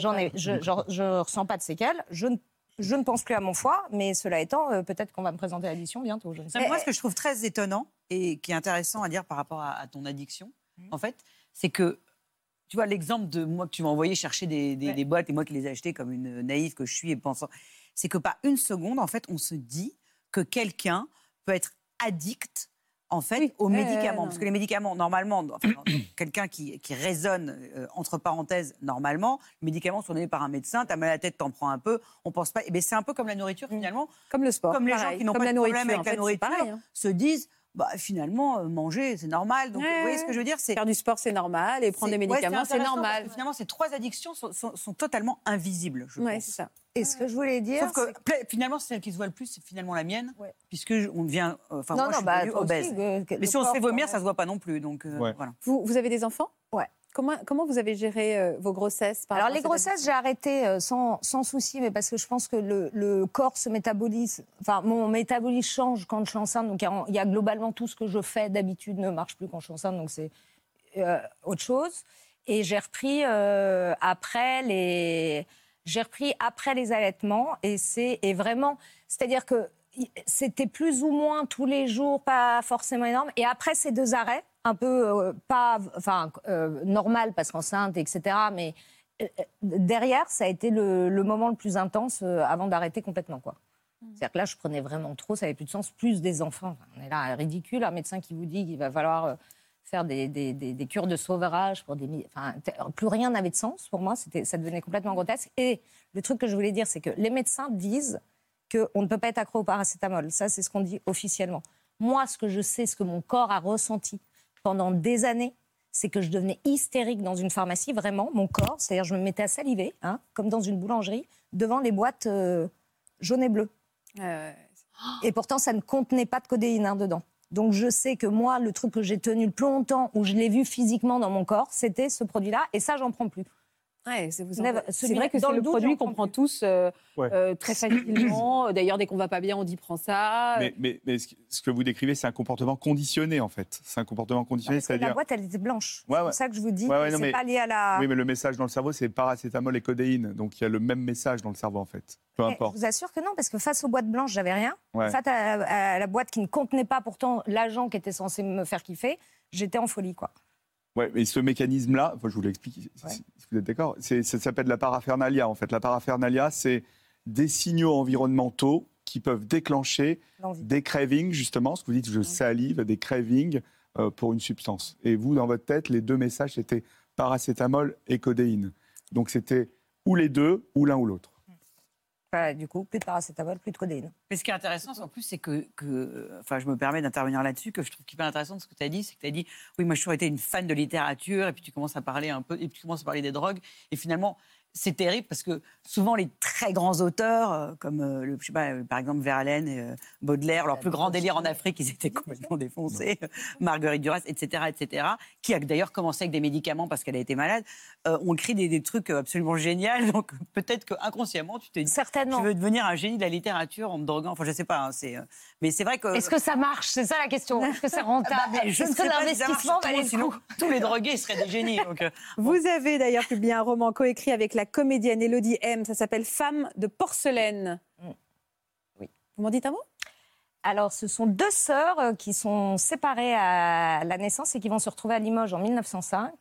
je ressens pas de séquelles. Je ne pense plus à mon foie, mais cela étant, peut-être qu'on va me présenter l'addiction bientôt. Je ne sais pas. Moi, ce que je trouve très étonnant et qui est intéressant à dire par rapport à ton addiction, en fait, c'est que, tu vois, l'exemple de moi que tu m'as envoyé chercher des boîtes et moi qui les ai achetées comme une naïve que je suis et pensant, c'est que pas une seconde, en fait, on se dit que quelqu'un peut être addict en fait, aux médicaments. Parce que les médicaments, normalement, quelqu'un qui raisonne, entre parenthèses, normalement, les médicaments sont donnés par un médecin, t'as mal à la tête, t'en prends un peu, on pense pas... C'est un peu comme la nourriture, finalement. Comme le sport. Comme les gens qui n'ont pas de problème avec la nourriture, pareil, se disent... finalement, manger, c'est normal. Donc, vous voyez ce que je veux dire, faire du sport, c'est normal, et prendre des médicaments, c'est normal. Finalement, ces 3 addictions sont totalement invisibles, je pense. C'est ça. Et ce que je voulais dire, sauf que finalement, celle qui se voit le plus, c'est finalement la mienne, puisque on devient, moi, je suis devenue obèse. Mais si on se fait vomir, ça se voit pas non plus. Donc, voilà. Vous avez des enfants? Ouais. Comment vous avez géré vos grossesses Alors les grossesses, j'ai arrêté sans souci, mais parce que je pense que le corps se métabolise. Enfin, mon métabolisme change quand je suis enceinte. Donc il y a globalement tout ce que je fais d'habitude ne marche plus quand je suis enceinte. Donc c'est autre chose. Et j'ai repris après les allaitements. Et vraiment, c'est-à-dire que c'était plus ou moins tous les jours, pas forcément énorme. Et après ces 2 arrêts, un peu normal parce qu'enceinte, etc. Mais derrière, ça a été le moment le plus intense avant d'arrêter complètement, quoi. C'est-à-dire que là, je prenais vraiment trop, ça n'avait plus de sens, plus des enfants. On est là, ridicule, un médecin qui vous dit qu'il va falloir faire des cures de sauvage pour plus rien n'avait de sens pour moi, ça devenait complètement grotesque. Et le truc que je voulais dire, c'est que les médecins disent qu'on ne peut pas être accro au paracétamol. Ça, c'est ce qu'on dit officiellement. Moi, ce que je sais, ce que mon corps a ressenti pendant des années, c'est que je devenais hystérique dans une pharmacie, vraiment, mon corps. C'est-à-dire, je me mettais à saliver, comme dans une boulangerie, devant les boîtes jaunes et bleues. Et pourtant, ça ne contenait pas de codéine dedans. Donc, je sais que moi, le truc que j'ai tenu le plus longtemps, où je l'ai vu physiquement dans mon corps, c'était ce produit-là. Et ça, j'en prends plus. Ouais, c'est vrai que c'est le produit qu'on prend tous très facilement. D'ailleurs, dès qu'on va pas bien, on dit prends ça. Mais ce que vous décrivez, c'est un comportement conditionné, en fait. C'est un comportement conditionné, c'est-à-dire... La boîte, elle était blanche. C'est pour ça que je vous dis que c'est pas lié à la... Oui, mais le message dans le cerveau, c'est paracétamol et codéine. Donc, il y a le même message dans le cerveau, en fait. Peu importe. Je vous assure que non, parce que face aux boîtes blanches, j'avais rien. Face à la boîte qui ne contenait pas pourtant l'agent qui était censé me faire kiffer, j'étais en folie, quoi. Ouais, mais ce mécanisme-là, je vous l'explique, si vous êtes d'accord, ça s'appelle la paraphernalia, en fait. La paraphernalia, c'est des signaux environnementaux qui peuvent déclencher des cravings, justement, ce que vous dites, je salive, des cravings pour une substance. Et vous, dans votre tête, les 2 messages, c'était paracétamol et codéine. Donc, c'était ou les 2, ou l'un ou l'autre. Du coup, plus de paracétamol, plus de codéine. Mais ce qui est intéressant, en plus, c'est que je me permets d'intervenir là-dessus, que je trouve hyper intéressant de ce que tu as dit, c'est que tu as dit, oui, moi, j'ai toujours été une fan de littérature, et puis tu commences à parler un peu, et puis tu commences à parler des drogues, et finalement, c'est terrible parce que souvent les très grands auteurs, comme je sais pas, par exemple Verlaine et Baudelaire, leur plus grand délire en Afrique, ils étaient complètement défoncés, Marguerite Duras, etc., qui a d'ailleurs commencé avec des médicaments parce qu'elle a été malade, ont écrit des trucs absolument géniaux. Donc peut-être qu'inconsciemment, tu t'es dit, certainement, tu veux devenir un génie de la littérature en me droguant. Enfin, je sais pas. Mais c'est vrai que. Est-ce que ça marche? C'est ça la question. Est-ce que c'est rentable? Est-ce que l'investissement valait le coup? Tous les drogués seraient des génies. Donc, Vous avez d'ailleurs publié un roman coécrit avec la comédienne Élodie M. Ça s'appelle Femme de porcelaine. Oui. Vous m'en dites un mot? Alors, ce sont 2 sœurs qui sont séparées à la naissance et qui vont se retrouver à Limoges en 1905,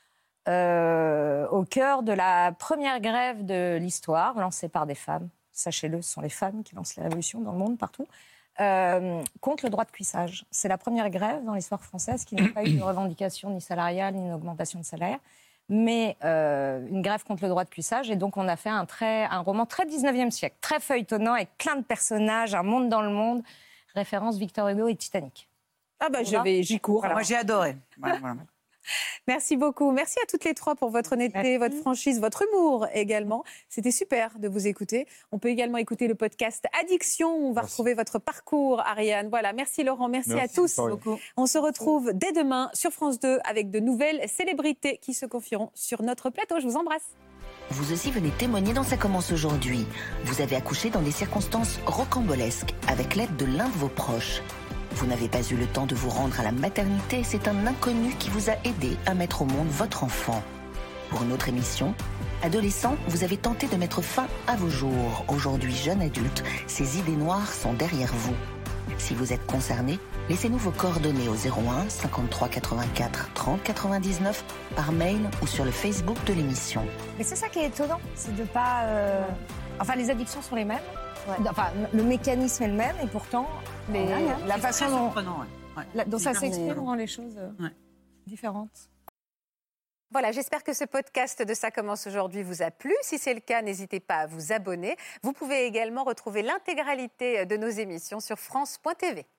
au cœur de la première grève de l'histoire, lancée par des femmes. Sachez-le, ce sont les femmes qui lancent les révolutions dans le monde, partout, contre le droit de cuissage. C'est la première grève dans l'histoire française qui n'a pas eu de revendication ni salariale, ni d'augmentation de salaire, mais une grève contre le droit de cuissage. Et donc, on a fait un roman très 19e siècle, très feuilletonnant, avec plein de personnages, un monde dans le monde, référence Victor Hugo et Titanic. Ah bah, j'y cours. Voilà. Moi, j'ai adoré. Voilà. Merci beaucoup. Merci à toutes les 3 pour votre honnêteté, votre franchise, votre humour également. C'était super de vous écouter. On peut également écouter le podcast Addiction. On va retrouver votre parcours, Ariane. Voilà, merci Laurent, merci à tous. Beaucoup. On se retrouve dès demain sur France 2 avec de nouvelles célébrités qui se confieront sur notre plateau. Je vous embrasse. Vous aussi venez témoigner dans Ça commence aujourd'hui. Vous avez accouché dans des circonstances rocambolesques avec l'aide de l'un de vos proches. Vous n'avez pas eu le temps de vous rendre à la maternité, c'est un inconnu qui vous a aidé à mettre au monde votre enfant. Pour une autre émission, adolescent, vous avez tenté de mettre fin à vos jours. Aujourd'hui jeune adulte, ces idées noires sont derrière vous. Si vous êtes concerné, laissez-nous vos coordonnées au 01 53 84 30 99 par mail ou sur le Facebook de l'émission. Mais c'est ça qui est étonnant, c'est de pas... Enfin, les addictions sont les mêmes. Enfin, le mécanisme est le même et pourtant, la façon dont ça s'exprime rend les choses différentes. Voilà, j'espère que ce podcast de Ça commence aujourd'hui vous a plu. Si c'est le cas, n'hésitez pas à vous abonner. Vous pouvez également retrouver l'intégralité de nos émissions sur France.tv.